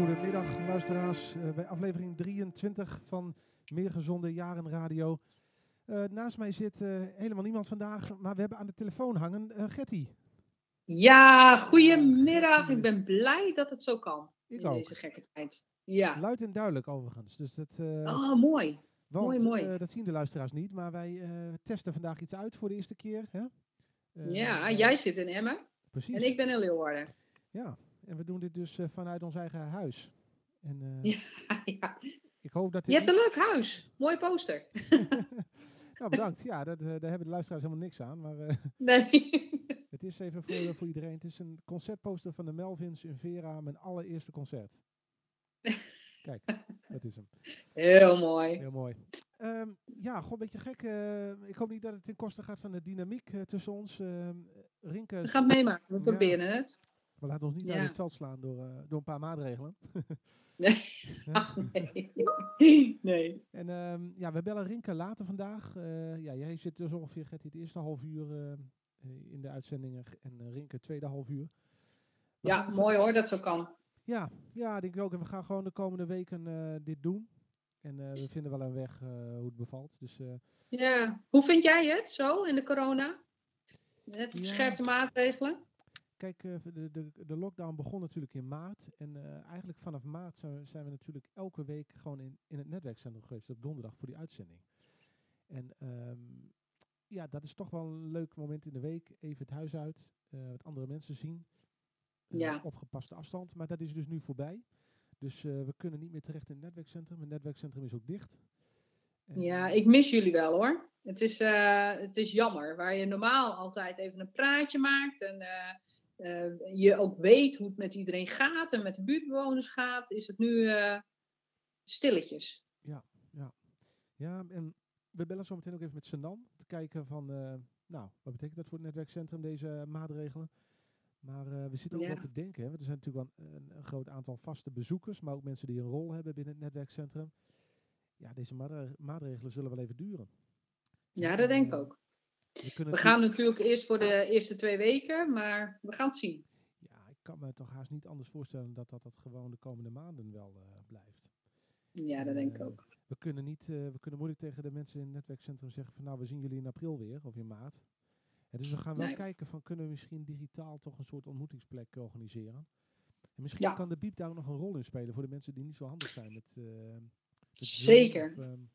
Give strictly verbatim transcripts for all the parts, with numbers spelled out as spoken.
Goedemiddag luisteraars uh, bij aflevering drieëntwintig van Meer Gezonde Jaren Radio. Uh, naast mij zit uh, helemaal niemand vandaag, maar we hebben aan de telefoon hangen uh, Gertie. Ja, goedemiddag. Uh, ik ben blij dat het zo kan ik in ook. deze gekke tijd. Ja. Luid en duidelijk overigens. Dus dat, uh, oh, mooi. Want, mooi, mooi. Uh, dat zien de luisteraars niet, maar wij uh, testen vandaag iets uit voor de eerste keer. Hè? Uh, ja, uh, jij zit in Emmen. Precies. En ik ben in Leeuwarden. Ja, en we doen dit dus uh, vanuit ons eigen huis. En, uh, ja, ja. Ik hoop dat Je hebt een leuk huis. Mooi poster. nou, bedankt. Ja, dat, uh, daar hebben de luisteraars helemaal niks aan. Maar, uh, nee. Het is even voor, uh, voor iedereen. Het is een concertposter van de Melvins in Vera. Mijn allereerste concert. Kijk, dat is hem. Heel mooi. Heel mooi. Um, ja, gewoon een beetje gek. Uh, ik hoop niet dat het ten koste gaat van de dynamiek uh, tussen ons. Uh, Rinke... We gaan het meemaken. We proberen ja. het. We laten ons niet ja. uit het veld slaan door, uh, door een paar maatregelen. nee. Ah, nee. nee. En um, ja, we bellen Rinke later vandaag. Uh, ja, jij zit dus ongeveer Gertie, het eerste half uur uh, in de uitzendingen en uh, Rinke het tweede half uur. We ja, mooi hoor, dat zo kan. Ja, ja, denk ik ook. En we gaan gewoon de komende weken uh, dit doen. En uh, we vinden wel een weg uh, hoe het bevalt. Dus, uh, ja, hoe vind jij het zo in de corona? Met verscherpte ja. maatregelen? Kijk, uh, de, de, de lockdown begon natuurlijk in maart. En uh, eigenlijk vanaf maart zijn, zijn we natuurlijk elke week gewoon in, in het netwerkcentrum geweest. Op donderdag voor die uitzending. En um, ja, dat is toch wel een leuk moment in de week. Even het huis uit, uh, wat andere mensen zien. Uh, ja. Op gepaste afstand. Maar dat is dus nu voorbij. Dus uh, we kunnen niet meer terecht in het netwerkcentrum. Het netwerkcentrum is ook dicht. En ja, ik mis jullie wel hoor. Het is, uh, het is jammer. Waar je normaal altijd even een praatje maakt. En uh, uh, je ook weet hoe het met iedereen gaat. En met de buurtbewoners gaat. Is het nu uh, stilletjes. Ja, ja. Ja, en we bellen zo meteen ook even met Senan. Te kijken van, uh, nou, wat betekent dat voor het netwerkcentrum, deze maatregelen. Maar uh, we zitten ook ja. wat te denken. Hè? Want er zijn natuurlijk wel een, een groot aantal vaste bezoekers. Maar ook mensen die een rol hebben binnen het netwerkcentrum. Ja, deze maatregelen, maatregelen zullen wel even duren. Ja, dat denk ik ook. We, we gaan natuurlijk eerst voor de eerste twee weken. Maar we gaan het zien. Ja, ik kan me toch haast niet anders voorstellen dat dat, dat gewoon de komende maanden wel uh, blijft. Ja, dat en, denk ik uh, ook. We kunnen, niet, uh, we kunnen moeilijk tegen de mensen in het netwerkcentrum zeggen van nou, we zien jullie in april weer of in maart. Ja, dus we gaan wel nee. kijken van kunnen we misschien digitaal toch een soort ontmoetingsplek organiseren. En misschien ja. kan de Biep daar ook nog een rol in spelen voor de mensen die niet zo handig zijn met... Uh, met Zeker. Of, um...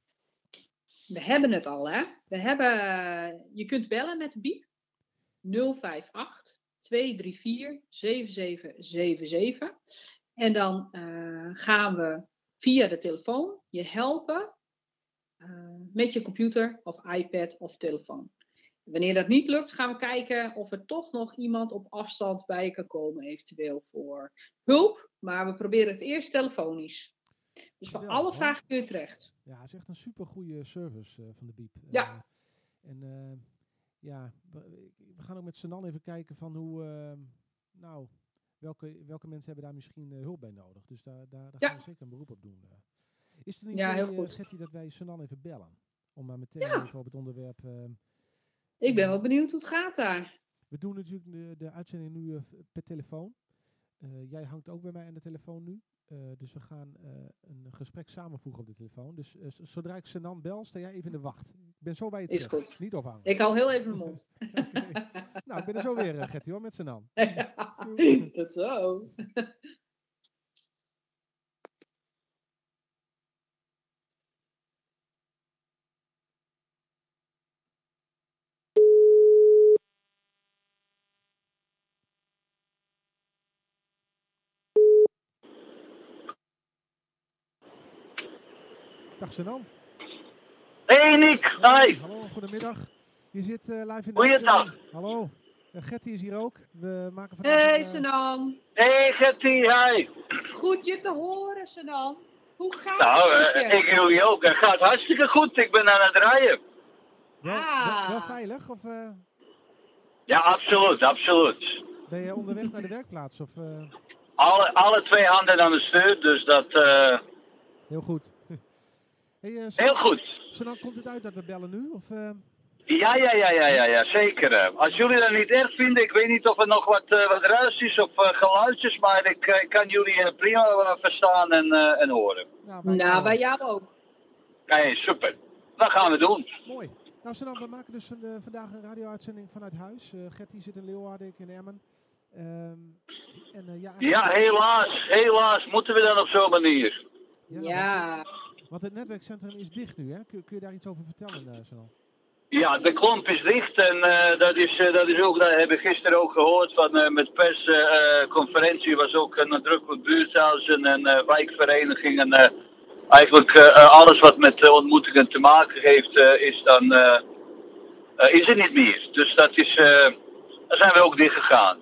We hebben het al, hè. We hebben, je kunt bellen met de Biep. nul vijf acht, twee drie vier, zeven zeven zeven zeven. En dan uh, gaan we via de telefoon je helpen uh, met je computer of iPad of telefoon. Wanneer dat niet lukt, gaan we kijken of er toch nog iemand op afstand bij kan komen, eventueel voor hulp. Maar we proberen het eerst telefonisch. Dus voor alle vragen kun je terecht. Ja, het is echt een super goede service uh, van de Biep. Ja. Uh, en uh, ja, we, we gaan ook met Senan even kijken van hoe, uh, nou, welke, welke mensen hebben daar misschien uh, hulp bij nodig. Dus daar, daar, daar ja. gaan we zeker een beroep op doen. Uh. Is er niet ja, idee, uh, Gertie, dat wij Senan even bellen? Om maar meteen ja. even op het onderwerp... Uh, Ik ben wel benieuwd hoe het gaat daar. We doen natuurlijk de, de uitzending nu uh, per telefoon. Uh, jij hangt ook bij mij aan de telefoon nu. Uh, dus we gaan uh, een gesprek samenvoegen op de telefoon. Dus uh, zodra ik Senan bel, sta jij even in de wacht. Ik ben zo bij je terug. Is goed. Niet ophangen. Ik hou heel even mijn mond. Okay. Nou, ik ben er zo weer, uh, Gertie, hoor, met Senan. Ja, dat zo. Dag Senan. Hey Nick, hey, hi. Hallo, goedemiddag. Je zit uh, live in de Goeiedag. Hallo. Uh, Gertie is hier ook. We maken vandaag Hey een, uh... Senan. Hey Gertie, hi. Goed je te horen Senan. Hoe gaat nou, het met uh, je? ik hoor je ook. Het gaat hartstikke goed. Ik ben aan het rijden. Wel, ah. wel, wel veilig? Of, uh... Ja, absoluut, absoluut. Ben je onderweg naar de werkplaats? Of, uh... alle, alle twee handen aan het stuur, dus dat... Uh... Heel goed. Hey, uh, Heel goed. Senan, komt het uit dat we bellen nu? Of, uh... Ja, ja, ja, ja, ja, ja, zeker. Als jullie dat niet erg vinden, ik weet niet of er nog wat, uh, wat ruis is of uh, geluidjes, maar ik, uh, ik kan jullie uh, prima uh, verstaan en, uh, en horen. Nou, bij jou, nou, bij jou ook. Nee, super. Dat gaan we doen. Mooi. Nou, Senan, we maken dus van de, vandaag een radio-uitzending vanuit huis. Uh, Gertie zit in Leeuwarden, ik in Emmen. Um, en, uh, ja, ja, helaas, helaas moeten we dan op zo'n manier. Ja. ja. Want, want het netwerkcentrum is dicht nu, hè? Kun, kun je daar iets over vertellen, uh, Senan? Ja, de klomp is dicht en uh, dat, is, uh, dat is ook, dat heb ik gisteren ook gehoord van uh, met persconferentie uh, was ook een nadrukkelijk buurthuizen en uh, wijkverenigingen. Uh, eigenlijk uh, alles wat met uh, ontmoetingen te maken heeft uh, is dan uh, uh, is er niet meer. Dus dat is, uh, daar zijn we ook dicht gegaan.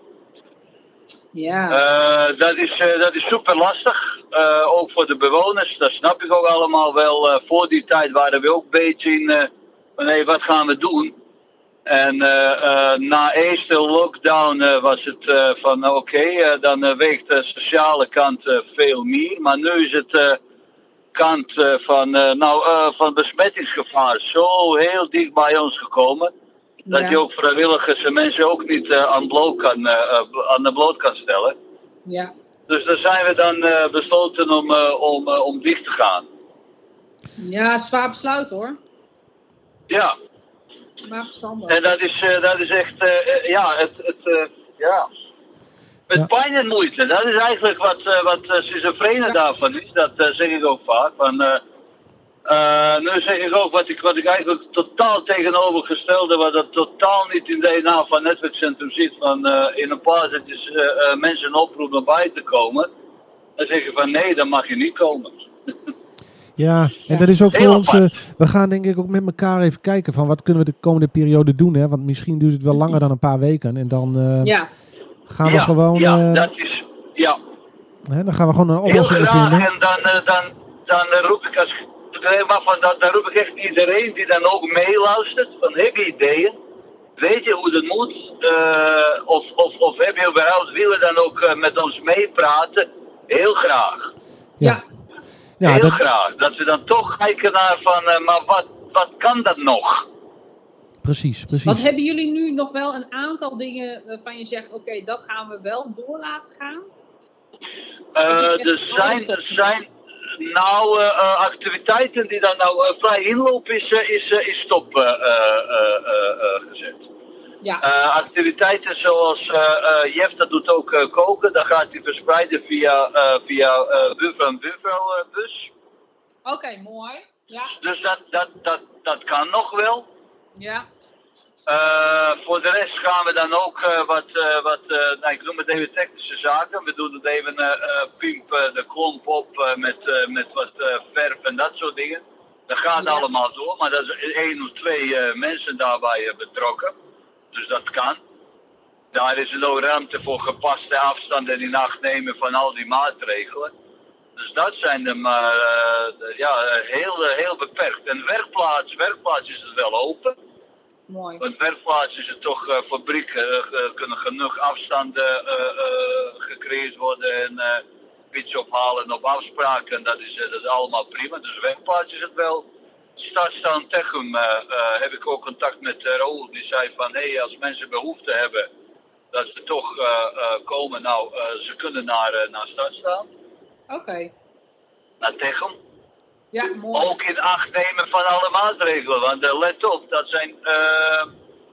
Ja. Uh, dat, is, uh, dat is super lastig, uh, ook voor de bewoners, dat snap ik ook allemaal wel. Uh, voor die tijd waren we ook een beetje in... Uh, van hé, wat gaan we doen? En uh, uh, na eerste lockdown uh, was het uh, van oké, okay, uh, dan uh, weegt de sociale kant uh, veel meer. Maar nu is het uh, kant uh, van, uh, nou, uh, van besmettingsgevaar zo heel dicht bij ons gekomen. Dat ja. je ook vrijwilligers en mensen ook niet uh, aan, bloot kan, uh, aan de bloot kan stellen. Ja. Dus daar zijn we dan uh, besloten om, uh, om, uh, om dicht te gaan. Ja, zwaar besluit hoor. Ja. Maar verstandig. En dat is, uh, dat is echt, uh, ja, het, het uh, ja. Met ja. pijn en moeite. Dat is eigenlijk wat, uh, wat uh, schizofrene ja. daarvan is. Dat uh, zeg ik ook vaak. Van, uh, uh, nu zeg ik ook wat ik, wat ik eigenlijk totaal tegenovergestelde, wat dat totaal niet in de D N A van het netwerkcentrum zit. Van uh, in een paar zetjes uh, uh, mensen oproepen om bij te komen. Dan zeg je van nee, dan mag je niet komen. Ja, en dat is ook voor ons, uh, we gaan denk ik ook met elkaar even kijken van wat kunnen we de komende periode doen, hè? Want misschien duurt het wel langer dan een paar weken en dan uh, ja. gaan we ja, gewoon, ja, uh, dat is, ja. Hè, dan gaan we gewoon een oplossing vinden. En dan, uh, dan, dan uh, roep ik als, van, dan, dan roep ik echt iedereen die dan ook meeluistert, van heb je ideeën? Weet je hoe dat moet? Uh, of, of, of heb je überhaupt, willen dan ook uh, met ons meepraten? Heel graag. Ja. ja. Ja, Heel dat... graag. Dat we dan toch kijken naar van, uh, maar wat, wat kan dat nog? Precies, precies. Want hebben jullie nu nog wel een aantal dingen waarvan je zegt, oké, okay, dat gaan we wel door laten gaan? Uh, er, zijn, er zijn nou uh, uh, activiteiten die dan nou uh, vrij inloop is, uh, is, uh, is stop uh, uh, uh, uh, gezet. Ja. Uh, activiteiten zoals uh, uh, Jeff dat doet ook uh, koken, dat gaat hij verspreiden via, uh, via uh, buurvrouw en buurvrouw uh, bus. Oké, okay, mooi. Ja. Dus dat, dat, dat, dat kan nog wel. Ja. Uh, voor de rest gaan we dan ook uh, wat, uh, wat uh, nou, ik noem het even technische zaken. We doen het even uh, uh, pimp uh, de klomp op uh, met, uh, met wat uh, verf en dat soort dingen. Dat gaat ja. allemaal door, maar dat is één of twee uh, mensen daarbij uh, betrokken. Dus dat kan. Daar is er nog ruimte voor gepaste afstanden in acht nemen van al die maatregelen. Dus dat zijn er maar uh, ja, heel, heel beperkt. En werkplaats, werkplaats is het wel open. Mooi. Want werkplaats is het toch uh, fabrieken, uh, kunnen genoeg afstanden uh, uh, gecreëerd worden en uh, iets ophalen op afspraken. Dat is, uh, dat is allemaal prima. Dus werkplaats is het wel. Stadsstaan Techum uh, uh, heb ik ook contact met uh, Raoul. Die zei van, hé, hey, als mensen behoefte hebben, dat ze toch uh, uh, komen. Nou, uh, ze kunnen naar, uh, naar Stadsstaan. Oké. Okay. Naar Techum. Ja, mooi. Ook in acht nemen van alle maatregelen. Want uh, let op, dat zijn uh,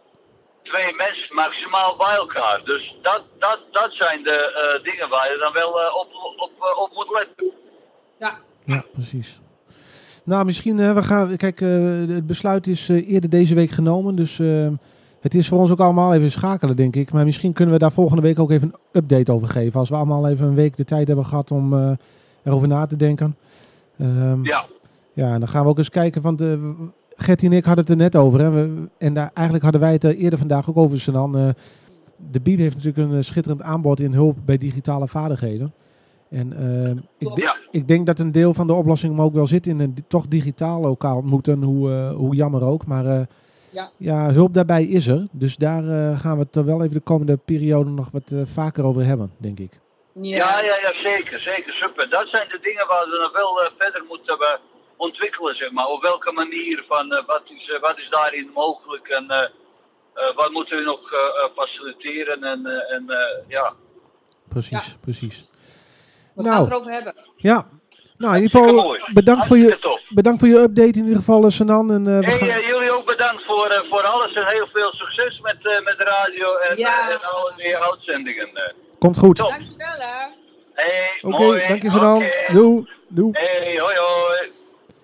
twee mensen maximaal bij elkaar. Dus dat, dat, dat zijn de uh, dingen waar je dan wel uh, op, op, uh, op moet letten. Ja. Ja, precies. Nou, misschien, uh, we gaan, kijk, uh, het besluit is uh, eerder deze week genomen, dus uh, het is voor ons ook allemaal even schakelen, denk ik. Maar misschien kunnen we daar volgende week ook even een update over geven, als we allemaal even een week de tijd hebben gehad om uh, erover na te denken. Um, ja. Ja, en dan gaan we ook eens kijken, want uh, Gertie en ik hadden het er net over, hè. We, en daar, eigenlijk hadden wij het uh, eerder vandaag ook over, Senan. Uh, de B I E B heeft natuurlijk een uh, schitterend aanbod in hulp bij digitale vaardigheden. En uh, ik, ja. ik denk dat een deel van de oplossing ook wel zit in een toch digitaal lokaal ontmoeten, hoe, uh, hoe jammer ook. Maar uh, ja. ja, hulp daarbij is er. Dus daar uh, gaan we het er wel even de komende periode nog wat uh, vaker over hebben, denk ik. Ja, ja, ja, zeker, zeker, super. Dat zijn de dingen waar we nog wel uh, verder moeten uh, ontwikkelen, zeg maar. Op welke manier, van, uh, wat, is, uh, wat is daarin mogelijk en uh, uh, wat moeten we nog uh, uh, faciliteren en, uh, en uh, ja. Precies, Ja. precies. We Nou, gaan het erover hebben. Ja, nou in ieder geval bedankt voor, je, bedankt voor je update in ieder geval, Sanan. En, uh, we hey, gaan... uh, jullie ook bedankt voor, uh, voor alles en heel veel succes met, uh, met de radio en, Ja. uh, en alle die uitzendingen. Uh. Komt goed. Top. Dankjewel hè. Hey, Oké, mooi. dank je Sanan. Okay. Doei. Doei. Hey, hoi hoi.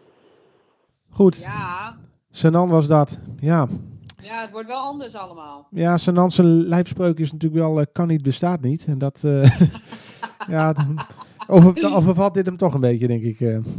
Goed, Ja. Sanan was dat. Ja. Ja, het wordt wel anders allemaal. Ja, Sanan zijn lijfspreuk is natuurlijk wel uh, kan niet, bestaat niet. En dat, uh, ja, dan over, overvalt dit hem toch een beetje, denk ik. Uh.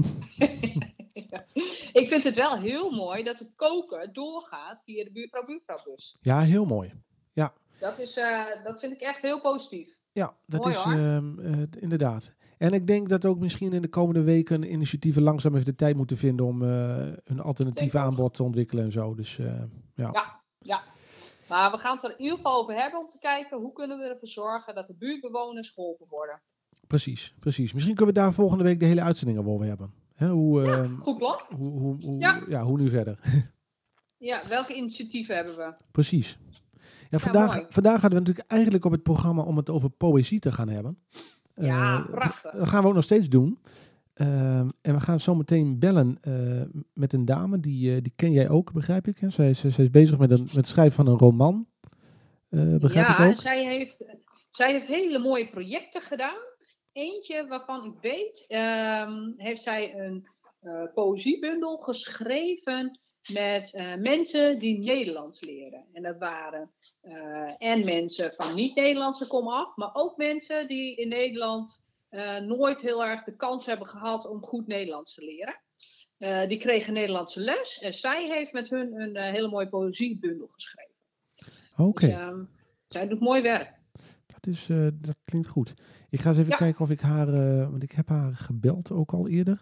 Ja. Ik vind het wel heel mooi dat het koken doorgaat via de buurvrouw-buurvrouwbus. Ja, heel mooi. Ja, Dat, is, uh, dat vind ik echt heel positief. ja dat Mooi, is hoor. uh, uh, inderdaad. En ik denk dat ook misschien in de komende weken initiatieven langzaam even de tijd moeten vinden om uh, een alternatief Denk ook. aanbod te ontwikkelen en zo. Dus uh, ja. Ja, ja. Maar we gaan het er in ieder geval over hebben om te kijken hoe kunnen we ervoor zorgen dat de buurtbewoners geholpen worden. Precies, precies. Misschien kunnen we daar volgende week de hele uitzending over hebben. Hè, hoe, Ja, uh, goed plan. hoe, hoe, hoe, Ja. ja, hoe nu verder? Ja, welke initiatieven hebben we? Precies. Ja, vandaag, mooi. vandaag hadden we natuurlijk eigenlijk op het programma om het over poëzie te gaan hebben. Ja, Uh, prachtig. Dat gaan we ook nog steeds doen. Uh, en we gaan zo meteen bellen uh, met een dame, die, uh, die ken jij ook, begrijp ik. Hè? Zij, zij, zij is bezig met, een, met het schrijven van een roman, uh, begrijp ja, ik ook. Zij heeft, zij heeft hele mooie projecten gedaan. Eentje waarvan ik weet, um, heeft zij een uh, poëziebundel geschreven met uh, mensen die Nederlands leren. En dat waren uh, en mensen van niet-Nederlandse komaf, maar ook mensen die in Nederland uh, nooit heel erg de kans hebben gehad om goed Nederlands te leren. Uh, die kregen Nederlandse les en zij heeft met hun een uh, hele mooie poëziebundel geschreven. Oké. Okay. Dus, um, zij doet mooi werk. Dat, is, uh, dat klinkt goed. Ik ga eens even ja. kijken of ik haar, uh, want ik heb haar gebeld ook al eerder.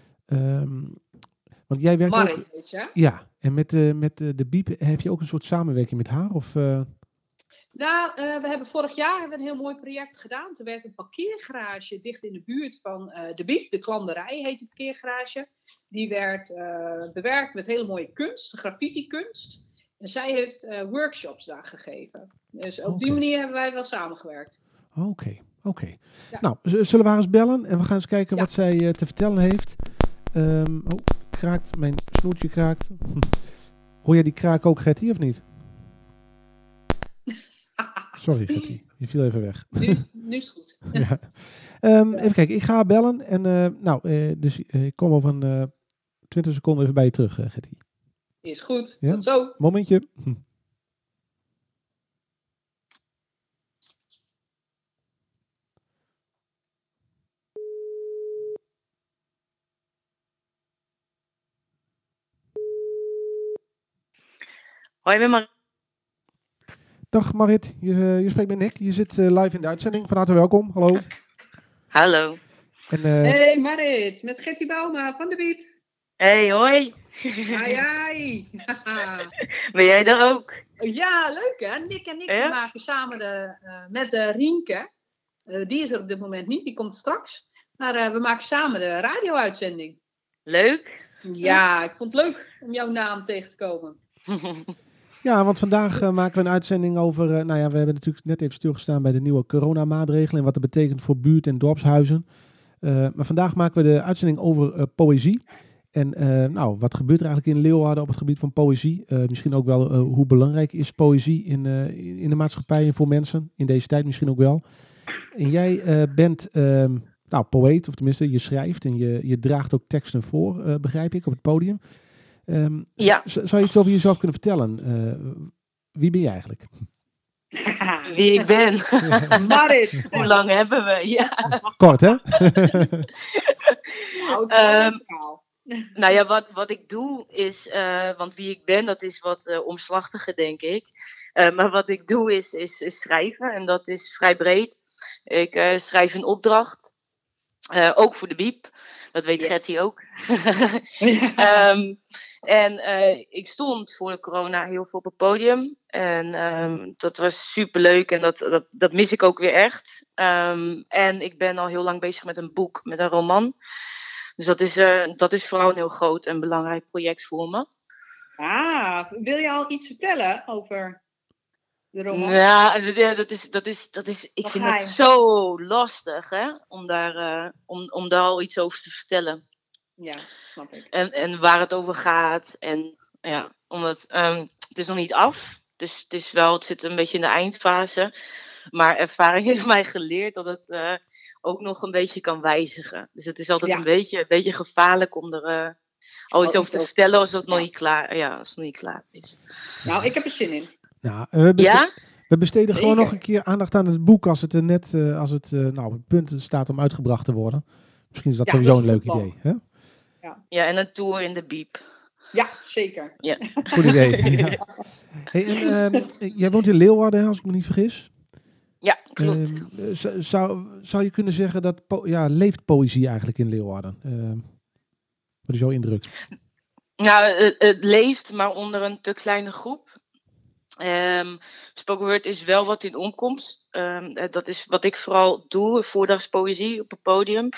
Um, want jij werkt Marit, ook... weet je? Ja, en met, uh, met uh, de Biep heb je ook een soort samenwerking met haar? Of, uh... Nou, uh, we hebben vorig jaar hebben we een heel mooi project gedaan. Er werd een parkeergarage dicht in de buurt van uh, de Biep. De Klanderij heet de parkeergarage. Die werd uh, bewerkt met hele mooie kunst, graffiti-kunst. En zij heeft uh, workshops daar gegeven. Dus op okay. die manier hebben wij wel samengewerkt. Oké, okay, oké. Okay. Ja. Nou, z- zullen we haar eens bellen en we gaan eens kijken ja. wat zij uh, te vertellen heeft. Um, oh, kraakt, mijn snoertje kraakt. Hoor jij die kraak ook, Gertie, of niet? Sorry, Gertie, je viel even weg. Nu, nu is het goed. ja. um, ja. Even kijken, ik ga haar bellen en uh, nou, uh, dus uh, ik kom over een uh, twintig seconden even bij je terug, uh, Gertie. Is goed, ja? tot zo. Momentje. Hm. Hoi, ben Marit. Dag Marit, je, je spreekt met Nick. Je zit uh, live in de uitzending. Van harte welkom. Hallo. Hallo. En, uh... Hey Marit, met Gertie Bouma van de Biep. Hey, hoi. Ai, ai. Ben jij er ook? Ja, leuk hè. Nick en ik ja? maken samen de, uh, met de Rienke. Uh, die is er op dit moment niet, die komt straks. Maar uh, we maken samen de radio-uitzending. Leuk. Ja, ik vond het leuk om jouw naam tegen te komen. Ja, want vandaag uh, maken we een uitzending over... Uh, nou ja, we hebben natuurlijk net even stilgestaan bij de nieuwe coronamaatregelen en wat dat betekent voor buurt- en dorpshuizen. Uh, maar vandaag maken we de uitzending over uh, poëzie. En uh, nou, wat gebeurt er eigenlijk in Leeuwarden op het gebied van poëzie? Uh, misschien ook wel uh, hoe belangrijk is poëzie in, uh, in de maatschappij en voor mensen. In deze tijd misschien ook wel. En jij uh, bent uh, nou, poëet, of tenminste je schrijft en je, je draagt ook teksten voor, uh, begrijp ik, op het podium. Um, ja. z- zou je iets over jezelf kunnen vertellen? Uh, wie ben je eigenlijk? Wie ik ben? Ja. Marit. Hoe lang hebben we? Ja. Kort, hè? um, nou ja, wat, wat ik doe is, uh, want wie ik ben, dat is wat uh, omslachtiger, denk ik. Uh, maar wat ik doe is, is, is schrijven en dat is vrij breed. Ik uh, schrijf een opdracht, uh, ook voor de Biep. Dat weet ja. Gertie ook. um, en uh, ik stond voor de corona heel veel op het podium. En um, dat was superleuk en dat, dat, dat mis ik ook weer echt. Um, en ik ben al heel lang bezig met een boek, met een roman. Dus dat is, uh, dat is vooral een heel groot en belangrijk project voor me. Ah, wil je al iets vertellen over de roman? Ja, dat is, dat is, dat is, ik Wat vind ga het je? zo lastig, hè, om daar, uh, om, om daar al iets over te vertellen. Ja, snap ik. En, en waar het over gaat. En ja, omdat um, het is nog niet af. Dus het is wel, het zit een beetje in de eindfase. Maar ervaring heeft mij geleerd dat het uh, ook nog een beetje kan wijzigen. Dus het is altijd Ja. een, beetje, een beetje gevaarlijk om er uh, al iets Oh, over te iets vertellen als het ja. nog niet klaar, ja, als het nog niet klaar is. Nou, ik heb er zin in. Nou, we, beste- Ja? we besteden Zeker. gewoon nog een keer aandacht aan het boek als het er net uh, als het, uh, nou, op het punt staat om uitgebracht te worden. Misschien is dat Ja, sowieso dat is een leuk goed plan. idee. Hè? Ja, en een tour in de Biep. Ja, zeker. Ja. Goed idee. Ja. Hey, en, uh, jij woont in Leeuwarden, hè, als ik me niet vergis. Ja, klopt. Uh, z- zou, zou je kunnen zeggen dat po- ja, leeft poëzie eigenlijk in Leeuwarden? Uh, wat is jouw indruk? Nou, het, het leeft, maar onder een te kleine groep. Um, spoken word is wel wat in omkomst. Um, dat is wat ik vooral doe, voordragspoëzie op het podium.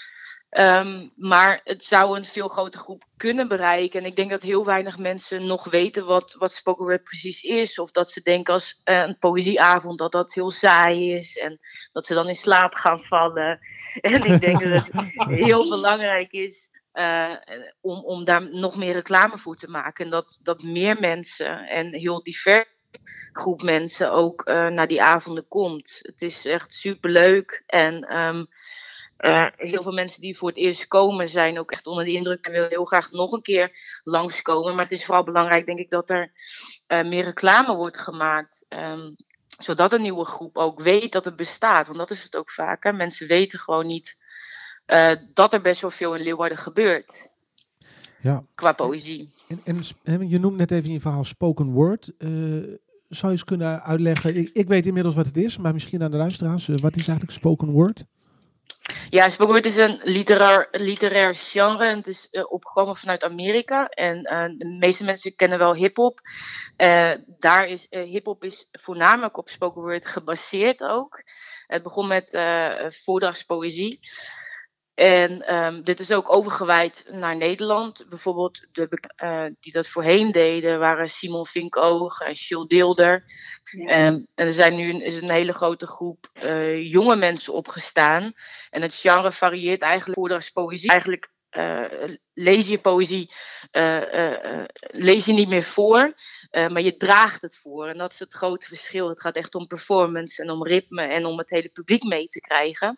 Um, maar het zou een veel grotere groep kunnen bereiken. En ik denk dat heel weinig mensen nog weten wat, wat spoken word precies is. Of dat ze denken als uh, een poëzieavond dat dat heel saai is. En dat ze dan in slaap gaan vallen. En ik denk dat het heel belangrijk is uh, om, om daar nog meer reclame voor te maken. En dat, dat meer mensen en heel divers groep mensen ook uh, naar die avonden komt. Het is echt superleuk. En um, uh, heel veel mensen die voor het eerst komen zijn ook echt onder de indruk en willen heel graag nog een keer langskomen. Maar het is vooral belangrijk, denk ik, dat er uh, meer reclame wordt gemaakt. Um, zodat een nieuwe groep ook weet dat het bestaat. Want dat is het ook vaak. Hè? Mensen weten gewoon niet uh, dat er best wel veel in Leeuwarden gebeurt. Ja. Qua poëzie. En, en, en je noemt net even in je verhaal spoken word. Uh, zou je eens kunnen uitleggen? Ik, ik weet inmiddels wat het is, maar misschien aan de luisteraars. Uh, wat is eigenlijk spoken word? Ja, spoken word is een literair, literair genre. En het is uh, opgekomen vanuit Amerika. En uh, de meeste mensen kennen wel hip-hop. Uh, daar is uh, hip-hop is voornamelijk op spoken word gebaseerd ook. Het begon met uh, voordragspoëzie. En um, dit is ook overgewaaid naar Nederland. Bijvoorbeeld de uh, die dat voorheen deden waren Simon Vinkoog en Jules Deelder. Ja. Um, en er zijn nu een, is een hele grote groep uh, jonge mensen opgestaan. En het genre varieert eigenlijk voordragspoëzie. Eigenlijk uh, lees je poëzie uh, uh, uh, lees je niet meer voor, uh, maar je draagt het voor. En dat is het grote verschil. Het gaat echt om performance en om ritme en om het hele publiek mee te krijgen.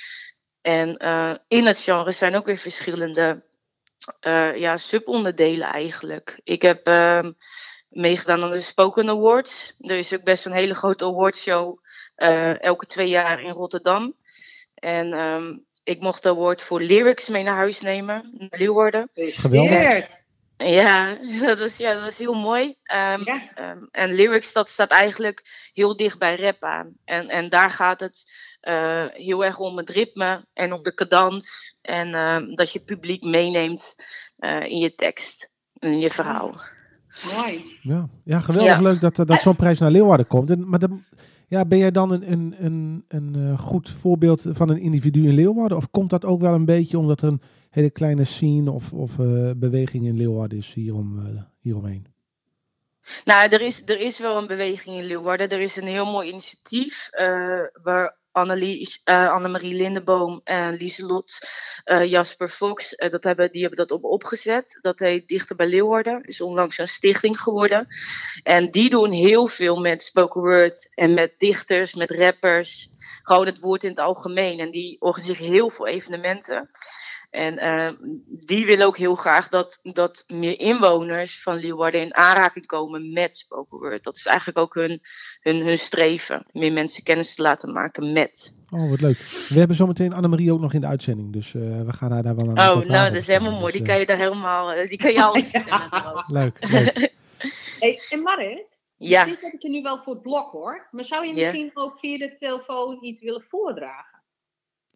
En uh, in het genre zijn ook weer verschillende uh, ja, subonderdelen eigenlijk. Ik heb uh, meegedaan aan de Spoken Awards. Er is ook best een hele grote awardshow uh, elke twee jaar in Rotterdam. En um, ik mocht de award voor lyrics mee naar huis nemen, in Leeuwarden. Geweldig. Ja, dat is, ja, dat is heel mooi. Um, Ja. um, en lyrics, dat staat eigenlijk heel dicht bij rap aan. En, en daar gaat het uh, heel erg om het ritme en om de cadans. En uh, dat je het publiek meeneemt uh, in je tekst, in je verhaal. Mooi. Ja, ja geweldig Ja. leuk dat, dat zo'n prijs naar Leeuwarden komt. En, maar dan, ja, ben jij dan een, een, een, een uh, goed voorbeeld van een individu in Leeuwarden? Of komt dat ook wel een beetje omdat er een hele kleine scene of, of uh, beweging in Leeuwarden is hierom, uh, hieromheen? Nou, er is, er is wel een beweging in Leeuwarden. Er is een heel mooi initiatief uh, waar Annelies, uh, Annemarie Lindeboom en Lieselot uh, Jasper Fox, uh, dat hebben, die hebben dat op opgezet. Dat heet Dichter bij Leeuwarden. Is onlangs een stichting geworden. En die doen heel veel met spoken word en met dichters, met rappers. Gewoon het woord in het algemeen. En die organiseren heel veel evenementen. En uh, die willen ook heel graag dat, dat meer inwoners van Leeuwarden in aanraking komen met spoken word. Dat is eigenlijk ook hun, hun, hun streven. Meer mensen kennis te laten maken met. Oh, wat leuk. We hebben zometeen Annemarie ook nog in de uitzending. Dus uh, we gaan haar daar wel aan Oh, wat nou, dat is helemaal dus, mooi. Die uh, kan je daar helemaal, die kan je alles vertellen. Leuk, leuk. Hey, en Marit, Ja. misschien zet ik je nu wel voor het blok hoor. Maar zou je Ja. misschien ook via de telefoon iets willen voordragen?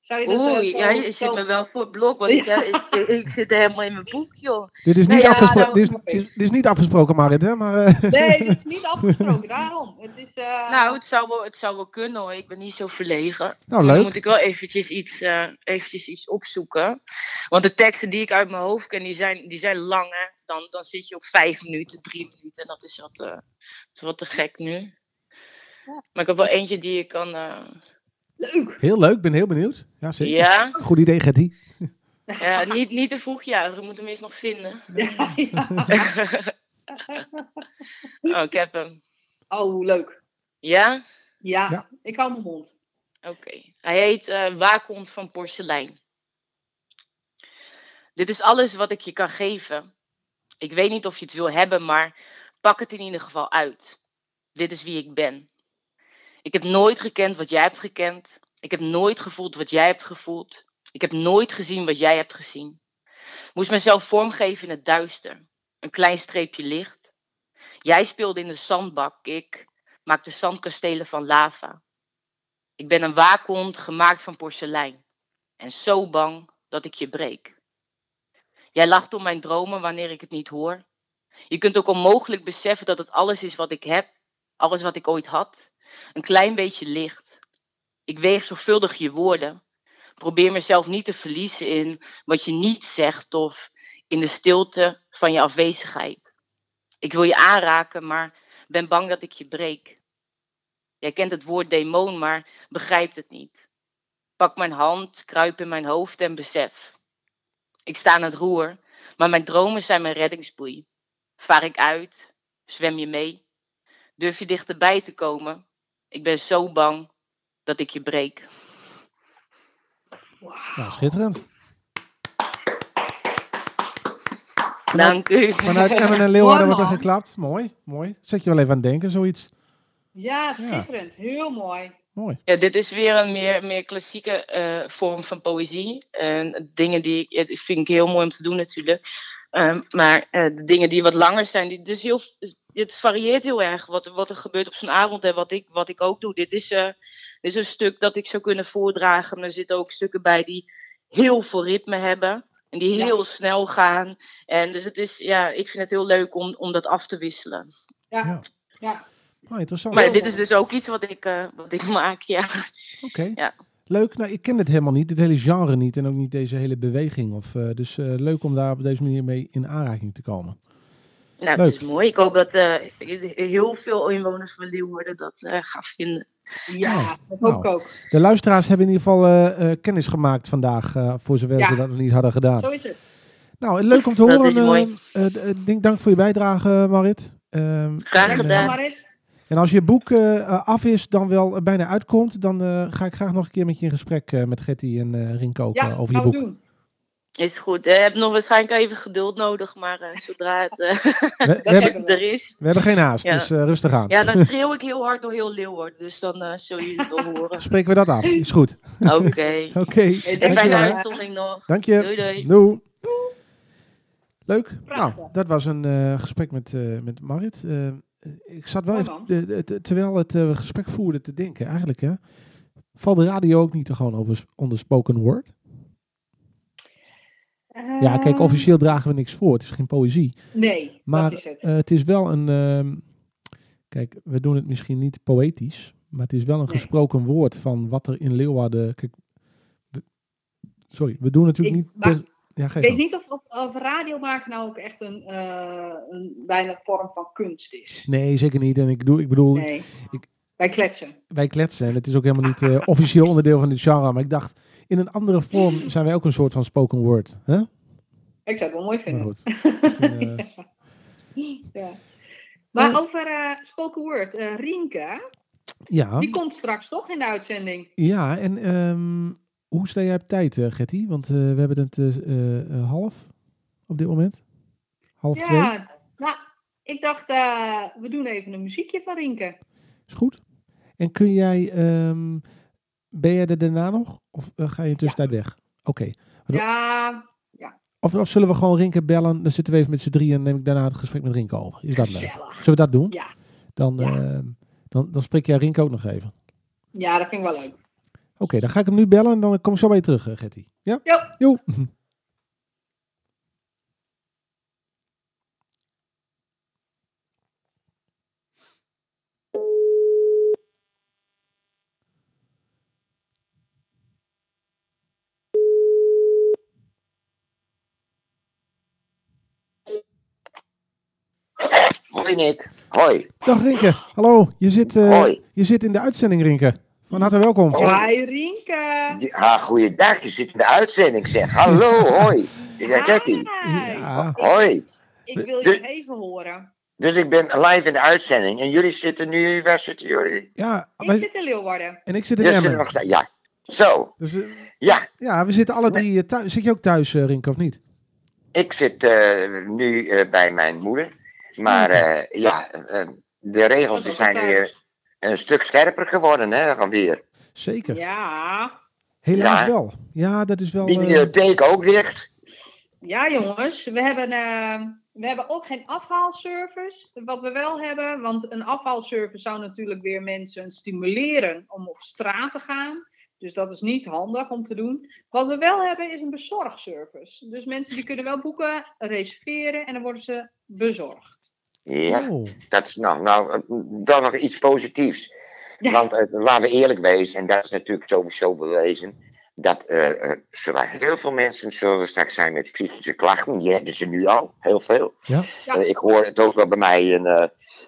Zou je dat, Oei, uh, ja, zo, je zo... zit me wel voor het blok, want ja. ik, ik, ik zit helemaal in mijn boek, joh. Dit is Nee, niet, ja, afgespro- nou, dit is, dit is, dit is niet afgesproken, Marit, hè? Maar, uh... Nee, dit is niet afgesproken, daarom. Het is, uh... Nou, het zou, wel, het zou wel kunnen hoor, ik ben niet zo verlegen. Nou, maar leuk. dan moet ik wel eventjes iets, uh, eventjes iets opzoeken. Want de teksten die ik uit mijn hoofd ken, die zijn, die zijn lang, hè. Dan, dan zit je op vijf minuten, drie minuten. En dat is wat, uh, is wat te gek nu. Ja. Maar ik heb wel eentje die ik kan... Uh... Leuk. Heel leuk, ben heel benieuwd. Ja, zeker. Ja. Goed idee, Gertie. Ja, niet, niet te vroeg juichen, we moeten hem eerst nog vinden. Ja, ja. Oh, ik heb hem. Oh, leuk. Ja? Ja, ja. Ik hou mijn mond. Oké. Okay. Hij heet uh, Waakhond van Porselein. Dit is alles wat ik je kan geven. Ik weet niet of je het wil hebben, maar pak het in ieder geval uit. Dit is wie ik ben. Ik heb nooit gekend wat jij hebt gekend. Ik heb nooit gevoeld wat jij hebt gevoeld. Ik heb nooit gezien wat jij hebt gezien. Moest mezelf vormgeven in het duister. Een klein streepje licht. Jij speelde in de zandbak. Ik maakte zandkastelen van lava. Ik ben een waakhond gemaakt van porselein. En zo bang dat ik je breek. Jij lacht om mijn dromen wanneer ik het niet hoor. Je kunt ook onmogelijk beseffen dat het alles is wat ik heb. Alles wat ik ooit had. Een klein beetje licht. Ik weeg zorgvuldig je woorden. Probeer mezelf niet te verliezen in wat je niet zegt of in de stilte van je afwezigheid. Ik wil je aanraken, maar ben bang dat ik je breek. Jij kent het woord demon, maar begrijpt het niet. Pak mijn hand, kruip in mijn hoofd en besef. Ik sta aan het roer, maar mijn dromen zijn mijn reddingsboei. Vaar ik uit? Zwem je mee? Durf je dichterbij te komen? Ik ben zo bang dat ik je breek. Wow. Nou, schitterend. Dank u. Vanuit Emmen en Leeuwarden wordt er geklapt. Mooi, mooi. Zet je wel even aan het denken, zoiets. Ja, schitterend. Ja. Heel mooi. Mooi. Ja, dit is weer een meer, meer klassieke uh, vorm van poëzie. En dingen die ik, ja, vind ik heel mooi om te doen natuurlijk. Um, maar uh, de dingen die wat langer zijn, die, dus heel, het varieert heel erg wat, wat er gebeurt op zo'n avond en wat ik, wat ik ook doe. Dit is, uh, dit is een stuk dat ik zou kunnen voordragen, maar er zitten ook stukken bij die heel veel ritme hebben. En die heel ja. snel gaan. En dus het is, ja, ik vind het heel leuk om, om dat af te wisselen. Ja, ja. ja. Oh, interessant. Maar dit is dus ook iets wat ik, uh, wat ik maak, ja. Oké. Okay. Ja. Leuk. Nou, ik ken het helemaal niet. Dit hele genre niet. En ook niet deze hele beweging. Of, uh, dus uh, leuk om daar op deze manier mee in aanraking te komen. Nou, dat is mooi. Ik hoop dat uh, heel veel inwoners van Leeuwarden dat uh, gaan vinden. Ja, dat hoop ik nou, ook. De luisteraars hebben in ieder geval uh, uh, kennis gemaakt vandaag. Uh, voor zover ja. ze dat nog niet hadden gedaan. Zo is het. Nou, leuk om te horen. Dat is mooi. Uh, uh, dank voor je bijdrage, Marit. Uh, Graag gedaan. Uh, Marit. En als je boek uh, af is, dan wel bijna uitkomt, dan uh, ga ik graag nog een keer met je in gesprek uh, met Gertie en uh, Rinko ja, uh, over je boek. Doen. Is goed. Je hebt nog waarschijnlijk even geduld nodig, maar uh, zodra het uh, we, we hebben, er is. We hebben geen haast, ja. dus uh, rustig aan. Ja, dan schreeuw ik heel hard door heel Leeuwarden, dus dan uh, zul je het wel horen. Spreken we dat af, is goed. Oké. Okay. Oké. Okay. En fijne uitzondering nog. Dank je. Doei doei. Doei. Leuk. Prachtig. Nou, dat was een uh, gesprek met, uh, met Marit. Uh, Ik zat wel oh, even, de, de, de, terwijl het uh, gesprek voerde, te denken. Eigenlijk, hè, valt de radio ook niet te gewoon over onder spoken word? Uh, ja, kijk, officieel dragen we niks voor. Het is geen poëzie. Nee, maar dat is het. Uh, het is wel een... Uh, kijk, we doen het misschien niet poëtisch, maar het is wel een nee. gesproken woord van wat er in Leeuwarden... Kijk, we, sorry, we doen natuurlijk ik, niet... Per, ja, ik weet niet of, of, of radio maken nou ook echt een, uh, een bijna vorm van kunst is. Nee, zeker niet. En ik, doe, ik bedoel... Nee. Ik, wij kletsen. Wij kletsen. En het is ook helemaal niet uh, officieel onderdeel van dit genre. Maar ik dacht, in een andere vorm zijn wij ook een soort van spoken word. Huh? Ik zou het wel mooi vinden. Maar goed. Uh... ja. ja. Maar uh, over uh, spoken word, uh, Rienke, ja. die komt straks toch in de uitzending? Ja, en um, hoe sta jij op tijd, uh, Gertie? Want uh, we hebben het uh, uh, half op dit moment. Half ja, twee. Ja, nou, ik dacht, uh, we doen even een muziekje van Rienke. Is goed. En kun jij, um, ben jij er daarna nog? Of uh, ga je in tussentijd ja. weg? Oké. Okay. Ja, ja. Of, of zullen we gewoon Rinke bellen? Dan zitten we even met z'n drieën en neem ik daarna het gesprek met Rinke over. Is dat leuk? Zullen we dat doen? Ja. Dan, ja. Uh, dan, dan spreek jij Rinke ook nog even. Ja, dat vind ik wel leuk. okay, dan ga ik hem nu bellen en dan kom ik zo bij je terug, uh, Gerty. Ja? Ja. Jo. Hoi Nick. Hoi. Dag Rinke. Hallo. Je zit, uh, Hoi. je zit in de uitzending, Rinke. Van harte welkom. Hoi Rinke. Ja, goeiedag. Je zit in de uitzending, zeg. Hallo, hoi. Ik zeg Gerty. Ja. Hoi. Ik wil je Dus- even horen. Dus ik ben live in de uitzending. En jullie zitten nu... Waar zitten jullie? Ja, Ik wij- zit in Leeuwarden. en ik zit in Jullie zitten Emmen. nog steeds- Ja. Zo. Dus uh, Ja. ja, we zitten alle drie uh, thuis. Zit je ook thuis, uh, Rinke, of niet? Ik zit uh, nu uh, bij mijn moeder. Maar uh, ja, uh, de regels die zijn weer een stuk scherper geworden, hè, van weer. Zeker. Ja. Helaas Ja. wel. Ja, dat is wel... Uh, Bibliotheek ook dicht. Ja, jongens, we hebben, uh, we hebben ook geen afhaalservice. Wat we wel hebben, want een afhaalservice zou natuurlijk weer mensen stimuleren om op straat te gaan. Dus dat is niet handig om te doen. Wat we wel hebben is een bezorgservice. Dus mensen die kunnen wel boeken, reserveren en dan worden ze bezorgd. Ja, oh. dat is nou, nou dan nog iets positiefs. Ja. Want uh, laten we eerlijk wezen, en dat is natuurlijk sowieso bewezen, dat uh, uh, zullen heel veel mensen zullen straks zijn met psychische klachten. Die hebben ze nu al, heel veel. Ja. Ja. Uh, ik hoor het ook wel bij mij in, uh,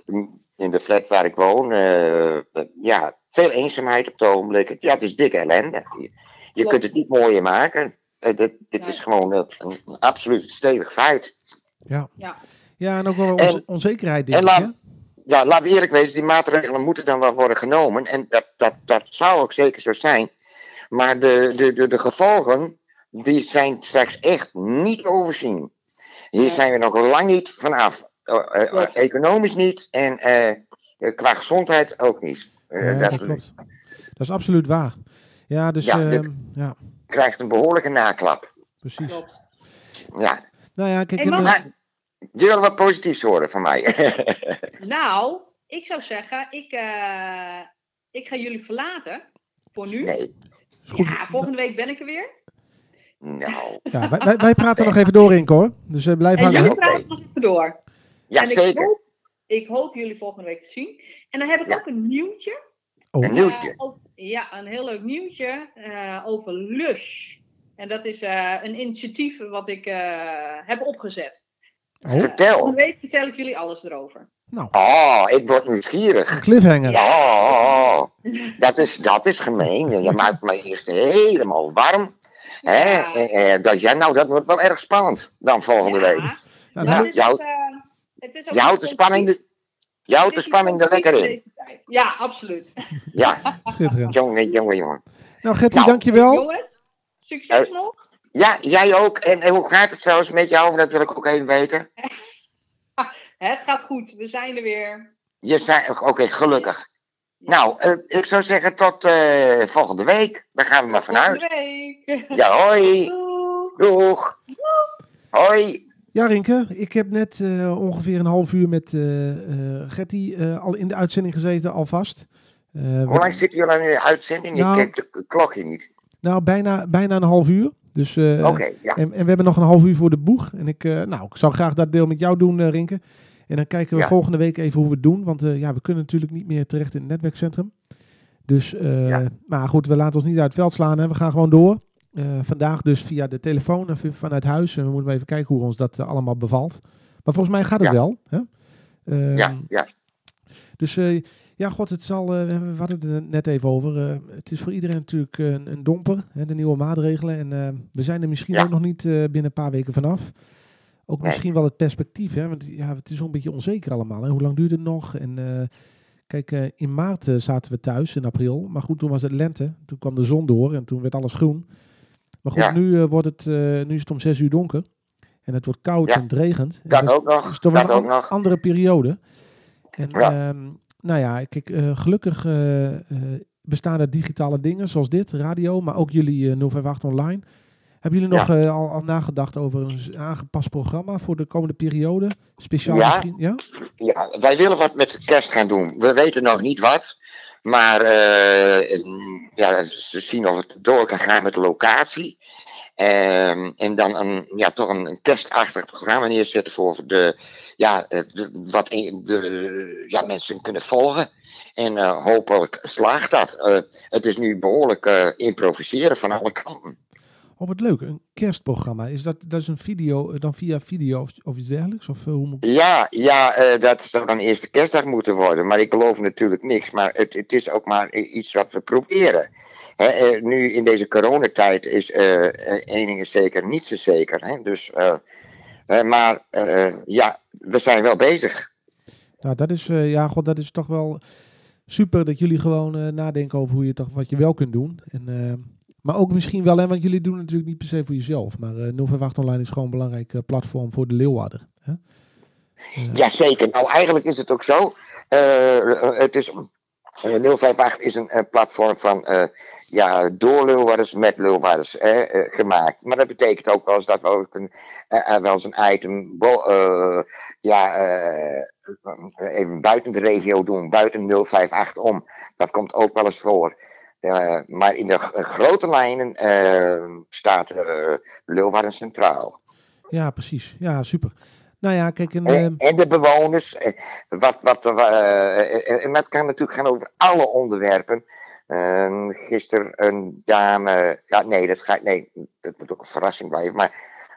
in de flat waar ik woon. Uh, uh, ja, veel eenzaamheid op het ogenblik. Ja, het is dikke ellende. Je, je Klopt. kunt het niet mooier maken. Uh, dit dit Nee. is gewoon uh, een, een absoluut stevig feit. Ja. Ja. Ja, en ook wel En- onze onzekerheid, denk en ik. laat- Hè? Ja, laten we eerlijk wezen, die maatregelen moeten dan wel worden genomen. En dat, dat, dat zou ook zeker zo zijn. Maar de, de, de, de gevolgen, die zijn straks echt niet overzien. Hier Nee. zijn we nog lang niet vanaf. Uh, uh, uh, Klopt. economisch niet en uh, qua gezondheid ook niet. Uh, Ja, dat dat klopt. Dat is absoluut waar. Ja, dus Ja, ja, dit- ja krijgt een behoorlijke naklap. precies. Klopt. Ja. Nou ja, kijk, Hey, en, mag- eh, Maar je wil wat positiefs horen van mij. Nou, ik zou zeggen, ik, uh, ik ga jullie verlaten. Voor nu. Nee. is goed. Ja, volgende week ben ik er weer. Nou. Ja, wij, wij, wij praten nog even door, Rinke, hoor. Dus uh, blijf En hangen. jullie hè? oké. praten nog even door. Ja, en ik zeker. hoop, ik hoop jullie volgende week te zien. En dan heb ik Ja. ook een nieuwtje. Oh, Een nieuwtje. Eh, over- ja, een heel leuk nieuwtje uh, over Lush. En dat is uh, een initiatief wat ik uh, heb opgezet. oh, Vertel. Volgende week vertel ik jullie alles erover. nou, Oh, ik word nieuwsgierig. een cliffhanger. Ja. Oh, dat is, dat is gemeen. Je maakt me eerst helemaal warm. Hè? Ja. Eh, eh, dat, ja, nou, dat wordt wel erg spannend dan volgende week. Ja, dat nou, is jou- ook, uh, het is ook Je houdt de spanning, er- je houdt de spanning er lekker in. Ja, absoluut. Ja, schitterend. jongen, jongen, jongen. Nou, Gertie, Nou, dankjewel. Jongens, succes Eh, nog. Ja, jij ook. En, en hoe gaat het trouwens met jou? Dat wil ik ook even weten. Het gaat goed, we zijn er weer. Je zei, oké, gelukkig. Nou, eh, ik zou zeggen tot eh, volgende week. Daar gaan we maar vanuit. Volgende week. Ja, hoi. Doeg. Doeg. Hoi. Ja, Rinke, ik heb net uh, ongeveer een half uur met uh, uh, Gertie uh, al in de uitzending gezeten, alvast. Uh, Hoe lang zitten jullie aan de uitzending? Nou, Ik heb de klokje niet. Nou, bijna, bijna een half uur. Dus, uh, Oké, okay, ja. En, en we hebben nog een half uur voor de boeg. En ik, uh, nou, ik zou graag dat deel met jou doen, uh, Rinke. En dan kijken we ja. volgende week even hoe we het doen. Want uh, ja, we kunnen natuurlijk niet meer terecht in het netwerkcentrum. Dus, uh, ja. maar goed, we laten ons niet uit het veld slaan. Hè. We gaan gewoon door. Uh, vandaag dus via de telefoon en vanuit huis. En we moeten even kijken hoe ons dat uh, allemaal bevalt. Maar volgens mij gaat het ja. wel. Hè? Uh, ja, ja. Dus uh, ja, god, het zal, uh, we hadden het er net even over. Uh, het is voor iedereen natuurlijk uh, een, een domper, hè, de nieuwe maatregelen. En uh, we zijn er misschien ja. ook nog niet uh, binnen een paar weken vanaf. Ook nee. misschien wel het perspectief, hè, want ja, het is wel een beetje onzeker allemaal. Hè. Hoe lang duurt het nog? En uh, kijk, uh, in maart uh, zaten we thuis, in april. Maar goed, toen was het lente. Toen kwam de zon door en toen werd alles groen. Maar goed, ja. nu, uh, wordt het, uh, nu is het om zes uur donker. En het wordt koud ja. en het regent. Dat, en dat ook nog. Het is toch dat wel een ook nog. andere periode. En ja. um, nou ja, kijk, uh, gelukkig uh, uh, bestaan er digitale dingen zoals dit, radio, maar ook jullie uh, nul vijf acht online. Hebben jullie nog ja. uh, al, al nagedacht over een aangepast programma voor de komende periode? Speciaal ja. misschien? Ja? Ja, wij willen wat met de kerst gaan doen. We weten nog niet wat. Maar uh, ja, ze zien of het door kan gaan met de locatie. Um, en dan een, ja, toch een, een testachtig programma neerzetten voor de, ja, de, wat de, ja, mensen kunnen volgen. En uh, hopelijk slaagt dat. Uh, het is nu behoorlijk uh, improviseren van alle kanten. Oh, wat leuk. Een kerstprogramma. Is dat, dat is een video, dan via video of, of iets dergelijks? Of, uh, hoe moet... Ja, ja uh, dat zou dan eerste kerstdag moeten worden. Maar ik beloof natuurlijk niks. Maar het, het is ook maar iets wat we proberen. He, uh, nu in deze coronatijd is uh, één ding is zeker, niets is zeker. Hè? Dus, uh, uh, maar uh, ja, we zijn wel bezig. Nou, dat is, uh, ja, god, dat is toch wel super dat jullie gewoon uh, nadenken over hoe je toch wat je wel kunt doen. En, uh, maar ook misschien wel, hè, want jullie doen het natuurlijk niet per se voor jezelf. Maar uh, nul vijf acht Online is gewoon een belangrijk uh, platform voor de Leeuwarden. Hè? Uh, Jazeker. Nou, eigenlijk is het ook zo. Uh, het is, uh, nul vijf acht is een uh, platform van... Uh, Ja, door Leeuwarders met Leeuwarders eh, uh, gemaakt. Maar dat betekent ook wel eens dat we ook een, uh, wel eens een item bo- uh, ja, uh, even buiten de regio doen, buiten nul vijf acht om. Dat komt ook wel eens voor. Uh, maar in de g- grote lijnen uh, staat uh, Leeuwarden centraal. Ja, precies. Ja, super. Nou ja, kijk... En, en, en de bewoners, uh, wat, wat, uh, uh, en dat kan natuurlijk gaan over alle onderwerpen. Um, gisteren een dame, ja nee, dat gaat, nee, dat moet ook een verrassing blijven, maar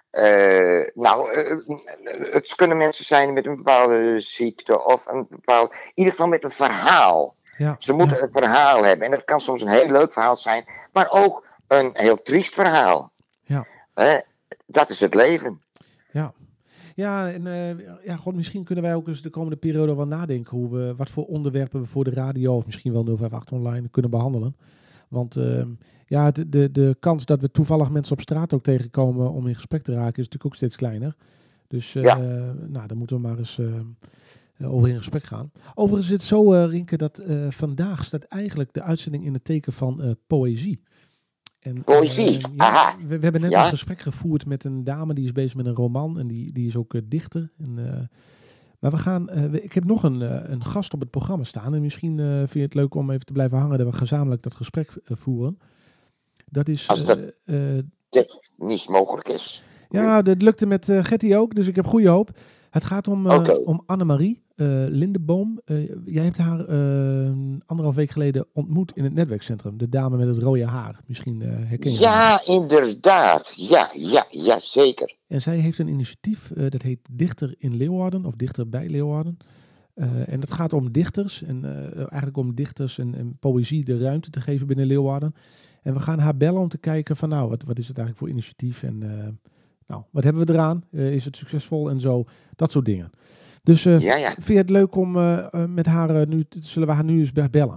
uh, nou, uh, het kunnen mensen zijn met een bepaalde ziekte of een bepaald, in ieder geval met een verhaal. Ja, Ze moeten ja. een verhaal hebben en dat kan soms een heel leuk verhaal zijn, maar ook een heel triest verhaal. Ja. Uh, dat is het leven. Ja. Ja, en uh, ja, god, misschien kunnen wij ook eens de komende periode wel nadenken hoe we, wat voor onderwerpen we voor de radio of misschien wel nul vijf acht Online kunnen behandelen. Want uh, ja, de, de, de kans dat we toevallig mensen op straat ook tegenkomen om in gesprek te raken is natuurlijk ook steeds kleiner. Dus uh, ja. nou, dan moeten we maar eens uh, over in gesprek gaan. Overigens is het zo, uh, Rinke, dat uh, vandaag staat eigenlijk de uitzending in het teken van uh, poëzie. En, Poëzie, uh, ja, aha. We, we hebben net ja? een gesprek gevoerd met een dame die is bezig met een roman en die, die is ook uh, dichter. En, uh, maar we gaan, uh, we, ik heb nog een, uh, een gast op het programma staan en misschien uh, vind je het leuk om even te blijven hangen dat we gezamenlijk dat gesprek uh, voeren. Dat is... Als dat uh, uh, niet mogelijk is. Ja, dat lukte met uh, Getty ook, dus ik heb goede hoop. Het gaat om, uh, okay. om Annemarie uh, Lindeboom. Uh, jij hebt haar uh, anderhalf week geleden ontmoet in het netwerkcentrum. De dame met het rode haar. Misschien uh, herken je Ja, haar. inderdaad. Ja, ja, ja, zeker. En zij heeft een initiatief, uh, dat heet Dichter in Leeuwarden. Of Dichter bij Leeuwarden. Uh, en dat gaat om dichters. En uh, eigenlijk om dichters en, en poëzie de ruimte te geven binnen Leeuwarden. En we gaan haar bellen om te kijken van nou, wat, wat is het eigenlijk voor initiatief en... Uh, Nou, wat hebben we eraan? Uh, is het succesvol en zo? Dat soort dingen. Dus uh, ja, ja. vind je het leuk om uh, uh, met haar uh, nu, zullen we haar nu eens bellen?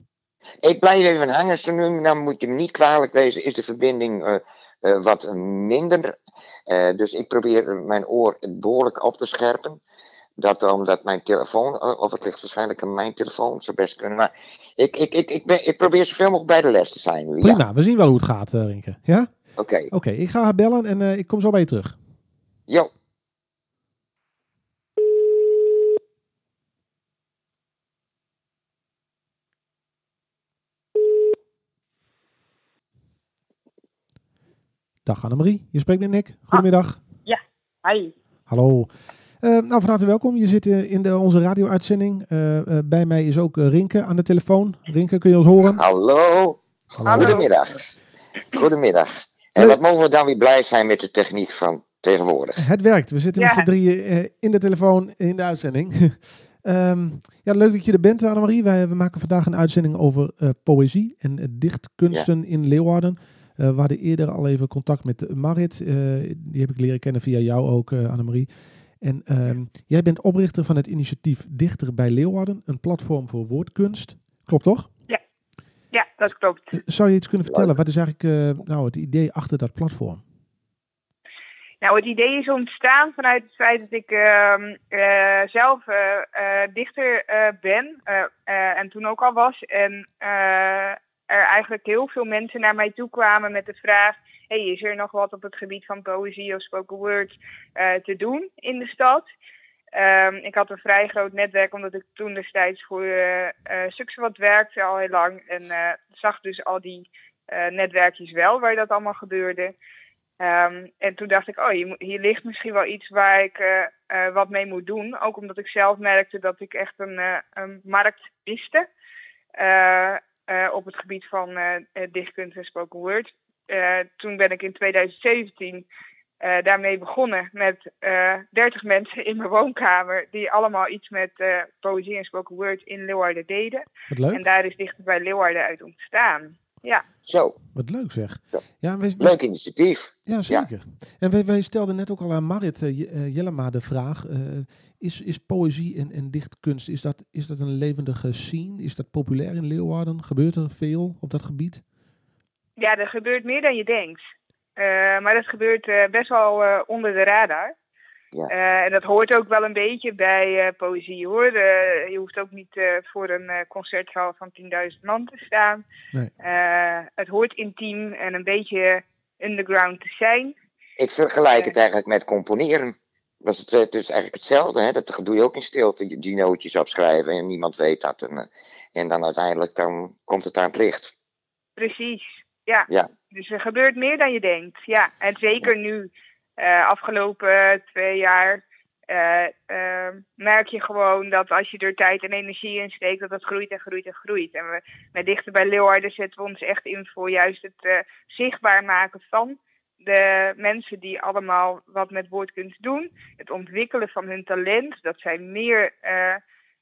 Ik blijf even hangen, zo nu, dan moet je me niet kwalijk wezen, is de verbinding uh, uh, wat minder. Uh, dus ik probeer mijn oor behoorlijk op te scherpen. Dat omdat mijn telefoon, uh, of het ligt waarschijnlijk aan mijn telefoon, zou best kunnen. Maar ik, ik, ik, ik, ben, ik probeer zoveel mogelijk bij de les te zijn nu. Prima, ja. We zien wel hoe het gaat, uh, Rinke. Ja? Oké. Okay. Oké, okay, ik ga haar bellen en uh, ik kom zo bij je terug. Jo. Dag Annemarie, je spreekt met Nick. Goedemiddag. Ah, ja, hi. Hallo. Uh, nou, van harte welkom. Je zit uh, in de, onze radio-uitzending. Uh, uh, bij mij is ook uh, Rinke aan de telefoon. Rinke, kun je ons horen? Hallo. Hallo. Goedemiddag. Goedemiddag. En wat mogen we dan weer blij zijn met de techniek van tegenwoordig. Het werkt. We zitten ja. met z'n drieën uh, in de telefoon in de uitzending. um, ja, leuk dat je er bent, Annemarie. Wij we maken vandaag een uitzending over uh, poëzie en uh, dichtkunsten ja. in Leeuwarden. Uh, we hadden eerder al even contact met Marit. Uh, die heb ik leren kennen via jou ook, uh, Annemarie. En um, jij bent oprichter van het initiatief Dichter bij Leeuwarden. Een platform voor woordkunst. Klopt toch? Ja, ja dat klopt. Uh, zou je iets kunnen vertellen? Wat is eigenlijk uh, nou, het idee achter dat platform? Nou, het idee is ontstaan vanuit het feit dat ik uh, uh, zelf uh, uh, dichter uh, ben. Uh, uh, en toen ook al was. En uh, er eigenlijk heel veel mensen naar mij toe kwamen met de vraag... Hey, is er nog wat op het gebied van poëzie of spoken word uh, te doen in de stad? Um, ik had een vrij groot netwerk, omdat ik toen destijds voor uh, uh, Suxewat werkte al heel lang. En uh, zag dus al die uh, netwerkjes wel, waar dat allemaal gebeurde. Um, en toen dacht ik, oh, hier, hier ligt misschien wel iets waar ik uh, uh, wat mee moet doen. Ook omdat ik zelf merkte dat ik echt een, uh, een markt miste. Uh, uh, op het gebied van uh, dichtkunst en spoken word. Uh, toen ben ik in twintig zeventien uh, daarmee begonnen met uh, dertig mensen in mijn woonkamer. Die allemaal iets met uh, poëzie en spoken word in Leeuwarden deden. Wat leuk. En daar is Dichter bij Leeuwarden uit ontstaan. Ja. Zo. Wat leuk zeg. Zo. Ja, wij, wij, leuk initiatief. Ja, zeker. Ja. En wij, wij stelden net ook al aan Marit uh, Jellema de vraag. Uh, is, is poëzie en, en dichtkunst, is dat, is dat een levendige scene? Is dat populair in Leeuwarden? Gebeurt er veel op dat gebied? Ja, er gebeurt meer dan je denkt. Uh, maar dat gebeurt uh, best wel uh, onder de radar. Ja. Uh, en dat hoort ook wel een beetje bij uh, poëzie, hoor. Uh, je hoeft ook niet uh, voor een uh, concertzaal van tienduizend man te staan. Nee. Uh, het hoort intiem en een beetje underground te zijn. Ik vergelijk het eigenlijk met componeren. Dat is het, het is eigenlijk hetzelfde, hè? Dat doe je ook in stilte, die nootjes opschrijven en niemand weet dat. En, en dan uiteindelijk dan komt het aan het licht. Precies, ja. ja. Dus er gebeurt meer dan je denkt, ja. En zeker nu, uh, afgelopen twee jaar, uh, uh, merk je gewoon dat als je er tijd en energie in steekt, dat het groeit en groeit en groeit. En we, met Dichter bij Leeuwarden zetten we ons echt in voor juist het uh, zichtbaar maken van de mensen die allemaal wat met woordkunst doen. Het ontwikkelen van hun talent. Dat zij meer uh,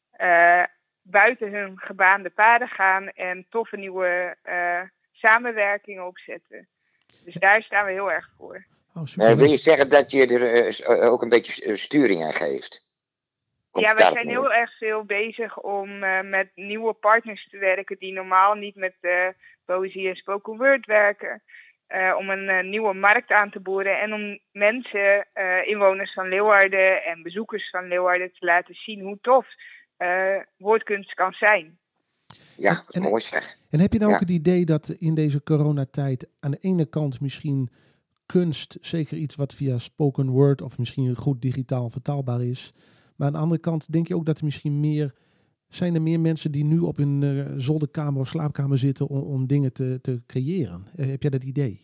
uh, buiten hun gebaande paden gaan en toffe nieuwe uh, samenwerkingen opzetten. Dus daar staan we heel erg voor. Oh, uh, wil je zeggen dat je er uh, ook een beetje sturing aan geeft? Komt ja, wij zijn mee? heel erg veel bezig om uh, met nieuwe partners te werken die normaal niet met uh, poëzie en spoken word werken. Uh, om een uh, nieuwe markt aan te boren en om mensen, uh, inwoners van Leeuwarden en bezoekers van Leeuwarden te laten zien hoe tof uh, woordkunst kan zijn. Ja, dat is en, mooi zeg. En heb je nou ja. ook het idee dat in deze coronatijd aan de ene kant misschien kunst, zeker iets wat via spoken word of misschien goed digitaal vertaalbaar is, maar aan de andere kant denk je ook dat er misschien meer, zijn er meer mensen die nu op hun uh, zolderkamer of slaapkamer zitten om, om dingen te, te creëren? Uh, heb jij dat idee?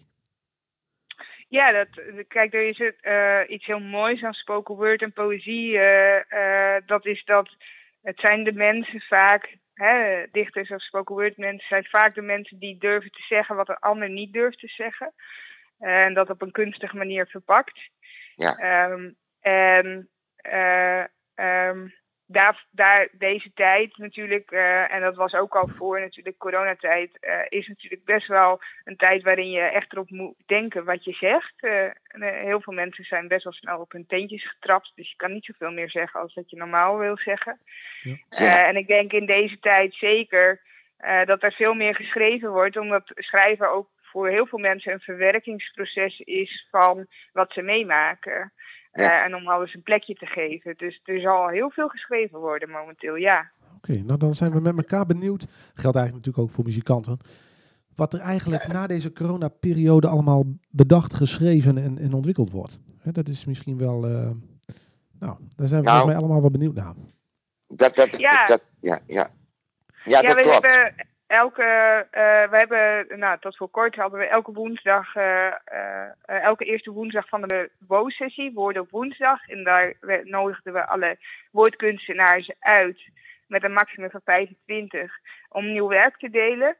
Ja, dat, kijk, er is het, uh, iets heel moois aan spoken word en poëzie. Uh, uh, dat is dat het zijn de mensen vaak, hè, dichters of spoken word mensen zijn vaak de mensen die durven te zeggen wat een ander niet durft te zeggen. Uh, en dat op een kunstige manier verpakt. Ja. Um, en uh, um, Daar, daar, deze tijd natuurlijk, uh, en dat was ook al voor natuurlijk coronatijd, uh, is natuurlijk best wel een tijd waarin je echt erop moet denken wat je zegt. Uh, en, uh, heel veel mensen zijn best wel snel op hun teentjes getrapt, dus je kan niet zoveel meer zeggen als dat je normaal wil zeggen. Ja. Uh, en ik denk in deze tijd zeker uh, dat er veel meer geschreven wordt, omdat schrijven ook voor heel veel mensen een verwerkingsproces is van wat ze meemaken. Ja. Uh, en om alles een plekje te geven. Dus er zal heel veel geschreven worden momenteel, ja. Oké, okay, nou dan zijn we met elkaar benieuwd. Geldt eigenlijk natuurlijk ook voor muzikanten. Wat er eigenlijk na deze coronaperiode allemaal bedacht, geschreven en, en ontwikkeld wordt. He, dat is misschien wel... Uh, nou, daar zijn we nou, volgens mij allemaal wel benieuwd naar. Dat, dat, ja. Dat, ja, ja. Ja, ja, dat we klopt. Hebben elke, uh, we hebben, nou, tot voor kort hadden we elke woensdag, uh, uh, uh, elke eerste woensdag van de W O W-sessie, Woorden op Woensdag. En daar we, nodigden we alle woordkunstenaars uit met een maximum van vijfentwintig om nieuw werk te delen.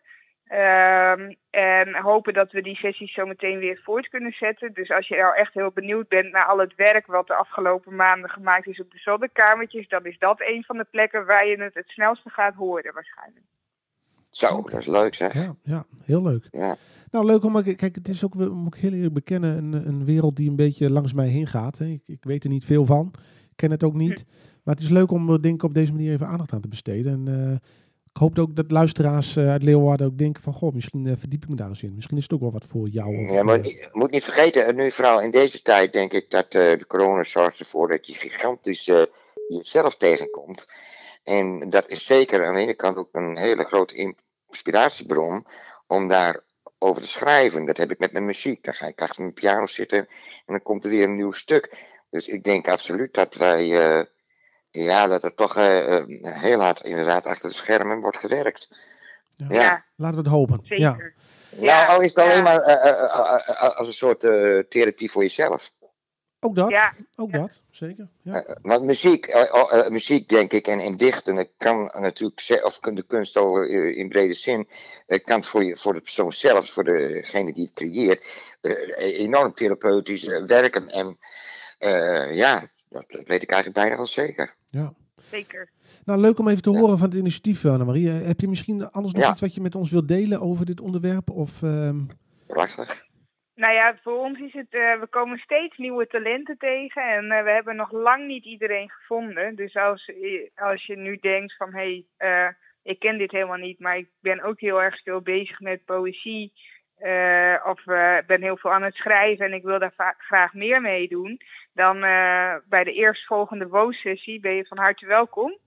Um, en hopen dat we die sessies zo meteen weer voort kunnen zetten. Dus als je nou echt heel benieuwd bent naar al het werk wat de afgelopen maanden gemaakt is op de zolderkamertjes, dan is dat een van de plekken waar je het het snelste gaat horen waarschijnlijk. Zo, okay. Dat is leuk zeg. Ja, ja heel leuk. Ja. Nou, leuk om, kijk, het is ook, moet ik heel eerlijk bekennen, een, een wereld die een beetje langs mij heen gaat. Hè. Ik, ik weet er niet veel van, ik ken het ook niet. Hm. Maar het is leuk om, denk ik, op deze manier even aandacht aan te besteden. En uh, ik hoop ook dat luisteraars uh, uit Leeuwarden ook denken van, goh, misschien uh, verdiep ik me daar eens in. Misschien is het ook wel wat voor jou. Of, ja, maar uh, je moet niet vergeten, nu vooral in deze tijd denk ik dat uh, de corona zorgt ervoor dat je gigantisch uh, jezelf tegenkomt. En dat is zeker aan de ene kant ook een hele grote inspiratiebron om daar over te schrijven. Dat heb ik met mijn muziek. Dan ga ik achter mijn piano zitten en dan komt er weer een nieuw stuk. Dus ik denk absoluut dat wij uh, ja, dat er toch uh, heel hard inderdaad achter de schermen wordt gewerkt. Ja. Ja. Ja, Laten we het hopen. zeker. Ja. Ja, Nou, al is het ja. alleen maar uh, uh, uh, uh, als een soort uh, therapie voor jezelf. Ook dat. Ja. Ook Ja. dat. Zeker. Ja. Uh, want muziek, uh, uh, muziek denk ik en, en dichten, dat kan natuurlijk, ze- of de kunst al, uh, in brede zin, uh, kan voor, je, voor de persoon zelf, voor degene die het creëert, uh, enorm therapeutisch uh, werken. En uh, ja, dat, dat weet ik eigenlijk bijna wel zeker. Ja. Zeker. Nou, leuk om even te Ja. horen van het initiatief, Annemarie. Uh, heb je misschien anders nog Ja. iets wat je met ons wilt delen over dit onderwerp? Of, um... Prachtig. Nou ja, voor ons is het, uh, we komen steeds nieuwe talenten tegen en uh, we hebben nog lang niet iedereen gevonden. Dus als, als je nu denkt van, hé, hey, uh, ik ken dit helemaal niet, maar ik ben ook heel erg veel bezig met poëzie. Uh, of uh, ben heel veel aan het schrijven en ik wil daar va- graag meer mee doen. Dan uh, bij de eerstvolgende W O S-sessie ben je van harte welkom.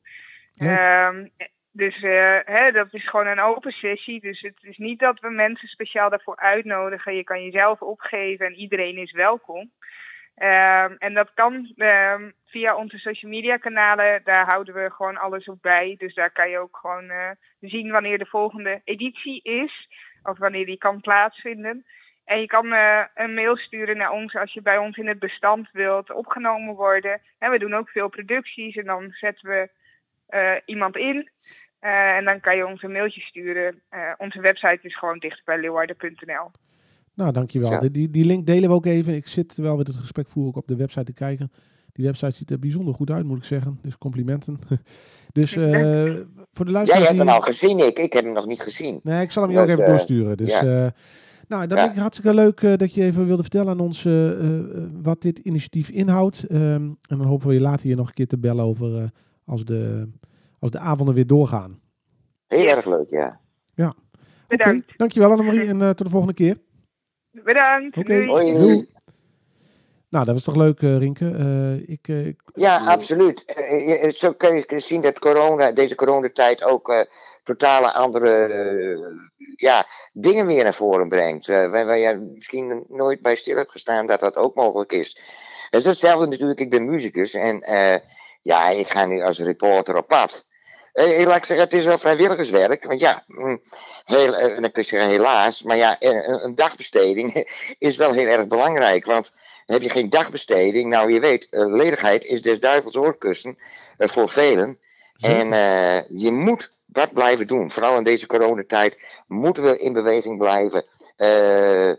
Um, dus uh, hè, dat is gewoon een open sessie. Dus het is niet dat we mensen speciaal daarvoor uitnodigen. Je kan jezelf opgeven en iedereen is welkom. Um, en dat kan um, via onze social media kanalen. Daar houden we gewoon alles op bij. Dus daar kan je ook gewoon uh, zien wanneer de volgende editie is. Of wanneer die kan plaatsvinden. En je kan uh, een mail sturen naar ons als je bij ons in het bestand wilt opgenomen worden. En we doen ook veel producties en dan zetten we uh, iemand in. Uh, en dan kan je ons een mailtje sturen. Uh, onze website is gewoon dichterbijleeuwarden punt n l. Nou, dankjewel. Ja. Die, die link delen we ook even. Ik zit wel met het gesprek voeren ook op de website te kijken. Die website ziet er bijzonder goed uit, moet ik zeggen. Dus complimenten. Dus uh, voor de luisteraars... Jij hebt die... hem al gezien, ik. Ik heb hem nog niet gezien. Nee, ik zal hem je Dat, ook even uh, doorsturen. Dus, ja. uh, nou, dan Ja. denk ik hartstikke leuk uh, dat je even wilde vertellen aan ons uh, uh, wat dit initiatief inhoudt. Um, en dan hopen we je later hier nog een keer te bellen over uh, als, de, als de avonden weer doorgaan. Heel Ja. erg leuk, ja. Ja. Bedankt. Okay, dankjewel Annemarie en uh, tot de volgende keer. Bedankt. Oké, okay. Doei. Hoi. Doei. Nou, dat was toch leuk, uh, Rinke. Uh, ik, uh, ik, Ja, absoluut. Uh, zo kun je zien dat corona, deze coronatijd ook uh, totale andere uh, ja, dingen weer naar voren brengt. Uh, waar, waar je misschien nooit bij stil hebt gestaan dat dat ook mogelijk is. Het is hetzelfde natuurlijk, ik ben muzikus en uh, ja, ik ga nu als reporter op pad. Uh, laat ik zeggen, het is wel vrijwilligerswerk, want ja, mm, heel, uh, dan kun je zeggen helaas, maar ja, een, een dagbesteding is wel heel erg belangrijk, want heb je geen dagbesteding, nou je weet, uh, ledigheid is des duivels oorkussen uh, voor velen. Zeker. En uh, je moet dat blijven doen. Vooral in deze coronatijd moeten we in beweging blijven. Uh,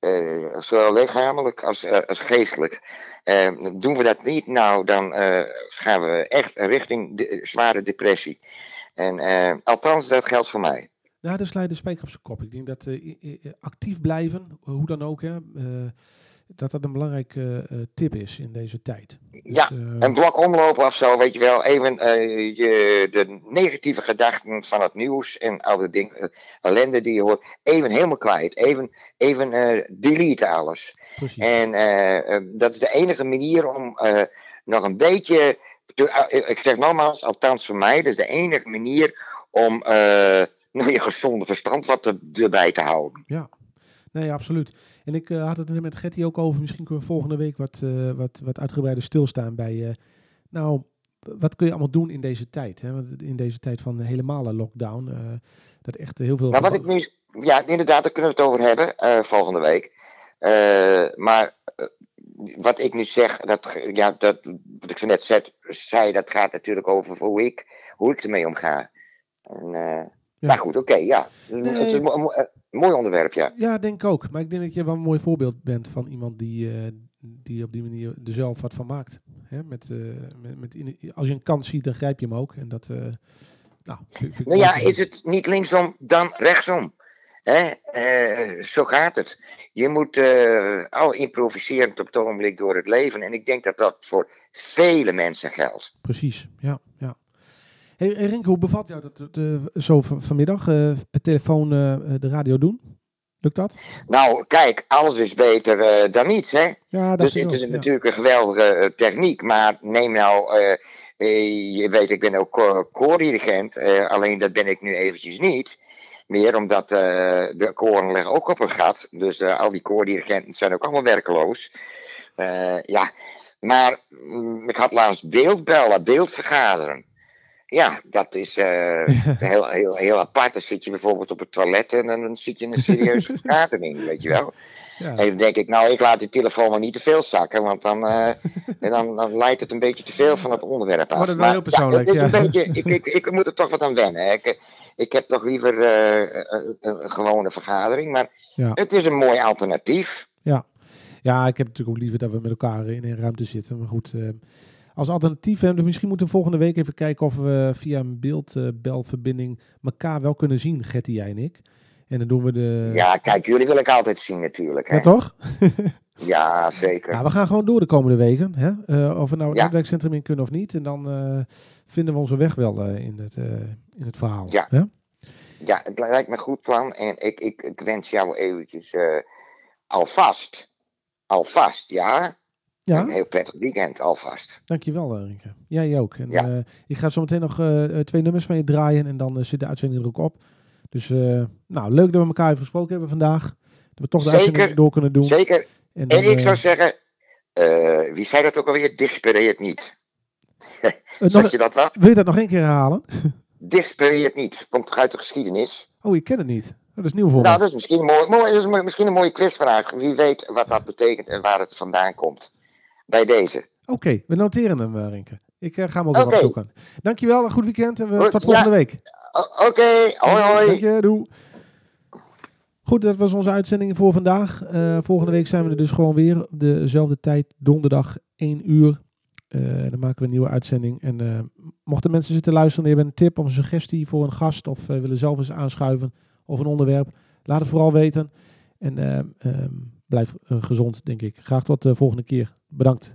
uh, zowel lichamelijk als, uh, als geestelijk. Uh, doen we dat niet, nou dan uh, gaan we echt richting de, zware depressie. En uh, althans, dat geldt voor mij. Ja, daar sla je de spijker op zijn kop. Ik denk dat uh, actief blijven, hoe dan ook, hè, uh, dat dat een belangrijke uh, tip is in deze tijd. Dus, ja, uh, een blok omlopen of zo, weet je wel. Even uh, je, de negatieve gedachten van het nieuws en al de dingen, uh, ellende die je hoort, even helemaal kwijt. Even, even uh, delete alles. Precies. En uh, uh, dat is de enige manier om uh, nog een beetje, te, uh, ik zeg nogmaals, althans voor mij, dat is de enige manier om uh, nou, je gezonde verstand wat te, erbij te houden. Ja, nee, absoluut. En ik uh, had het er met Gertie ook over. Misschien kunnen we volgende week wat, uh, wat, wat uitgebreider stilstaan bij... Uh, nou, wat kun je allemaal doen in deze tijd? Hè? Want in deze tijd van helemaal lockdown. Uh, dat echt heel veel... Maar wat ik nu... Ja, inderdaad, daar kunnen we het over hebben uh, volgende week. Uh, maar uh, wat ik nu zeg, dat, ja, dat, wat ik zo net zet, zei, dat gaat natuurlijk over hoe ik, hoe ik ermee omga. En, uh, ja. Nou goed, oké, okay, ja. Nee. Het is een, een, een mooi onderwerp, ja. Ja, denk ik ook. Maar ik denk dat je wel een mooi voorbeeld bent van iemand die, uh, die op die manier er zelf wat van maakt. Hè? Met, uh, met, met in, als je een kans ziet, dan grijp je hem ook. En dat, uh, nou, vind, vind nou ja, is het niet linksom, dan rechtsom. Hè? Uh, zo gaat het. Je moet uh, al improviserend op het ogenblik door het leven. En ik denk dat dat voor vele mensen geldt. Precies, ja, ja. Hey, hey Rinke, hoe bevalt jou dat, dat uh, zo van, vanmiddag uh, per telefoon uh, de radio doen? Lukt dat? Nou, kijk, alles is beter uh, dan niets, hè? Ja, dat dus het is ook, natuurlijk ja. een geweldige uh, techniek, maar neem nou, uh, uh, je weet, ik ben ook ko- koordirigent, uh, alleen dat ben ik nu eventjes niet meer, omdat uh, de koren liggen ook op een gat, dus uh, al die koordirigenten zijn ook allemaal werkeloos. Uh, ja, Maar mm, ik had laatst beeldbellen, beeldvergaderen. Ja, dat is uh, heel, heel, heel apart. Dan zit je bijvoorbeeld op het toilet en dan zit je in een serieuze vergadering, weet je wel. Ja. En dan denk ik, nou, ik laat die telefoon maar niet te veel zakken, want dan, uh, dan, dan leidt het een beetje te veel van het onderwerp af. Maar dat is wel heel persoonlijk, ja. Het is ja. een beetje, ik, ik, ik moet er toch wat aan wennen. Ik, ik heb toch liever uh, een, een gewone vergadering, maar ja. Het is een mooi alternatief. Ja. Ja, ik heb natuurlijk ook liever dat we met elkaar in een ruimte zitten, maar goed... Uh, Als alternatief, hè, dus misschien moeten we volgende week even kijken of we via een beeldbelverbinding elkaar wel kunnen zien, Gertie, jij en ik. En dan doen we de... Ja, kijk, jullie wil ik altijd zien natuurlijk. Hè? Ja, toch? Ja, zeker. Ja, we gaan gewoon door de komende weken. Hè? Uh, of we nou het ja. netwerkcentrum in kunnen of niet. En dan uh, vinden we onze weg wel uh, in, het, uh, in het verhaal. Ja. Hè? Ja, het lijkt me een goed plan. En ik, ik, ik wens jou eventjes uh, alvast, alvast, ja... Ja? Een heel prettig weekend alvast. Dankjewel, Rinke. Jij ook. En, ja. uh, ik ga zo meteen nog uh, twee nummers van je draaien en dan uh, zit de uitzending er ook op. Dus uh, nou, leuk dat we elkaar even gesproken hebben vandaag. Dat we toch de Zeker. uitzending door kunnen doen. Zeker. En, dan, en ik uh, zou zeggen, uh, wie zei dat ook alweer? Dispereert niet. uh, nog, je dat wat? Wil je dat nog één keer herhalen? Dispereert niet. Komt toch uit de geschiedenis? Oh, je kent het niet. Dat is nieuw voor nou, me. Dat is misschien een, mooi, mooi, dat is misschien een mooie quizvraag. Wie weet wat dat betekent en waar het vandaan komt. Bij deze. Oké, okay, we noteren hem, uh, Rinke. Ik uh, ga hem ook okay. even opzoeken. Dankjewel, een goed weekend en we, tot volgende ja. week. Oké, okay. hoi hoi. Dank je, doei. Goed, dat was onze uitzending voor vandaag. Uh, volgende week zijn we er dus gewoon weer. Dezelfde tijd, donderdag, één uur. Uh, dan maken we een nieuwe uitzending. En uh, mochten mensen zitten luisteren en je hebben een tip of een suggestie voor een gast of uh, willen zelf eens aanschuiven of een onderwerp, laat het vooral weten. En uh, um, blijf uh, gezond, denk ik. Graag tot de volgende keer. Bedankt.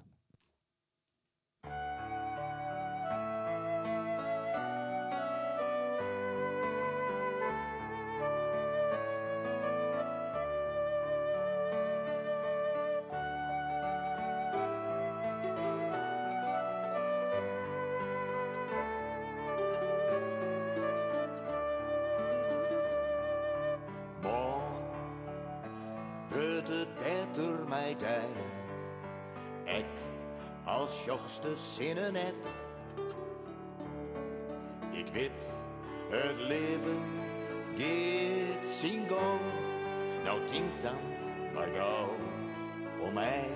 Ik als jongste zinnen net. Ik weet, het leven gaat zijn gang. Nou denk dan maar gauw om mij.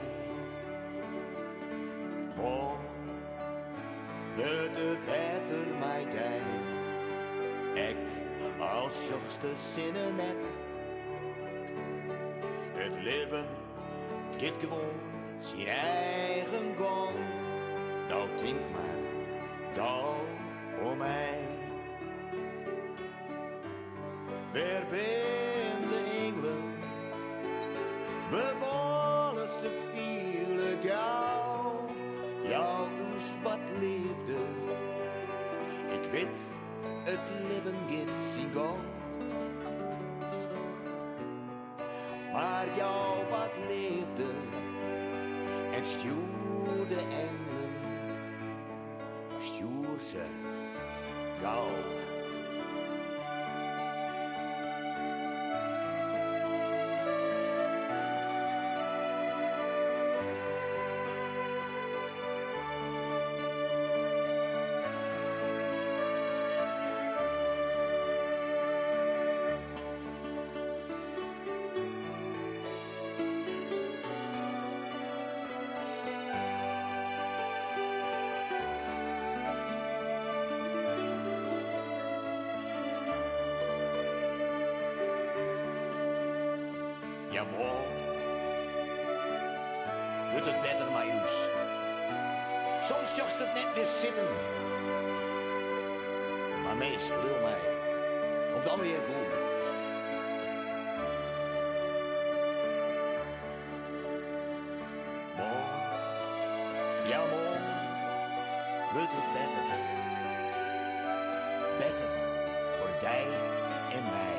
Morgen wordt het beter mij tijd. Ik als jongste zinnen net. Het leven gaat gewoon zijn eigen gang. Nou denk maar gauw om mij. Waar ben de engelen? We willen ze veel gauw. Jouw us wat liefde. Ik weet, het leven gaat zijn gang. Maar jou wat liefde. En stuur de engelen, stuur ze gauw. Ja, morgen wordt het beter met ons. Soms jocht het net weer zitten. Maar meestal, wil mij, komt dan weer goed. Morgen, ja morgen, wordt het beter. Beter voor jij en mij.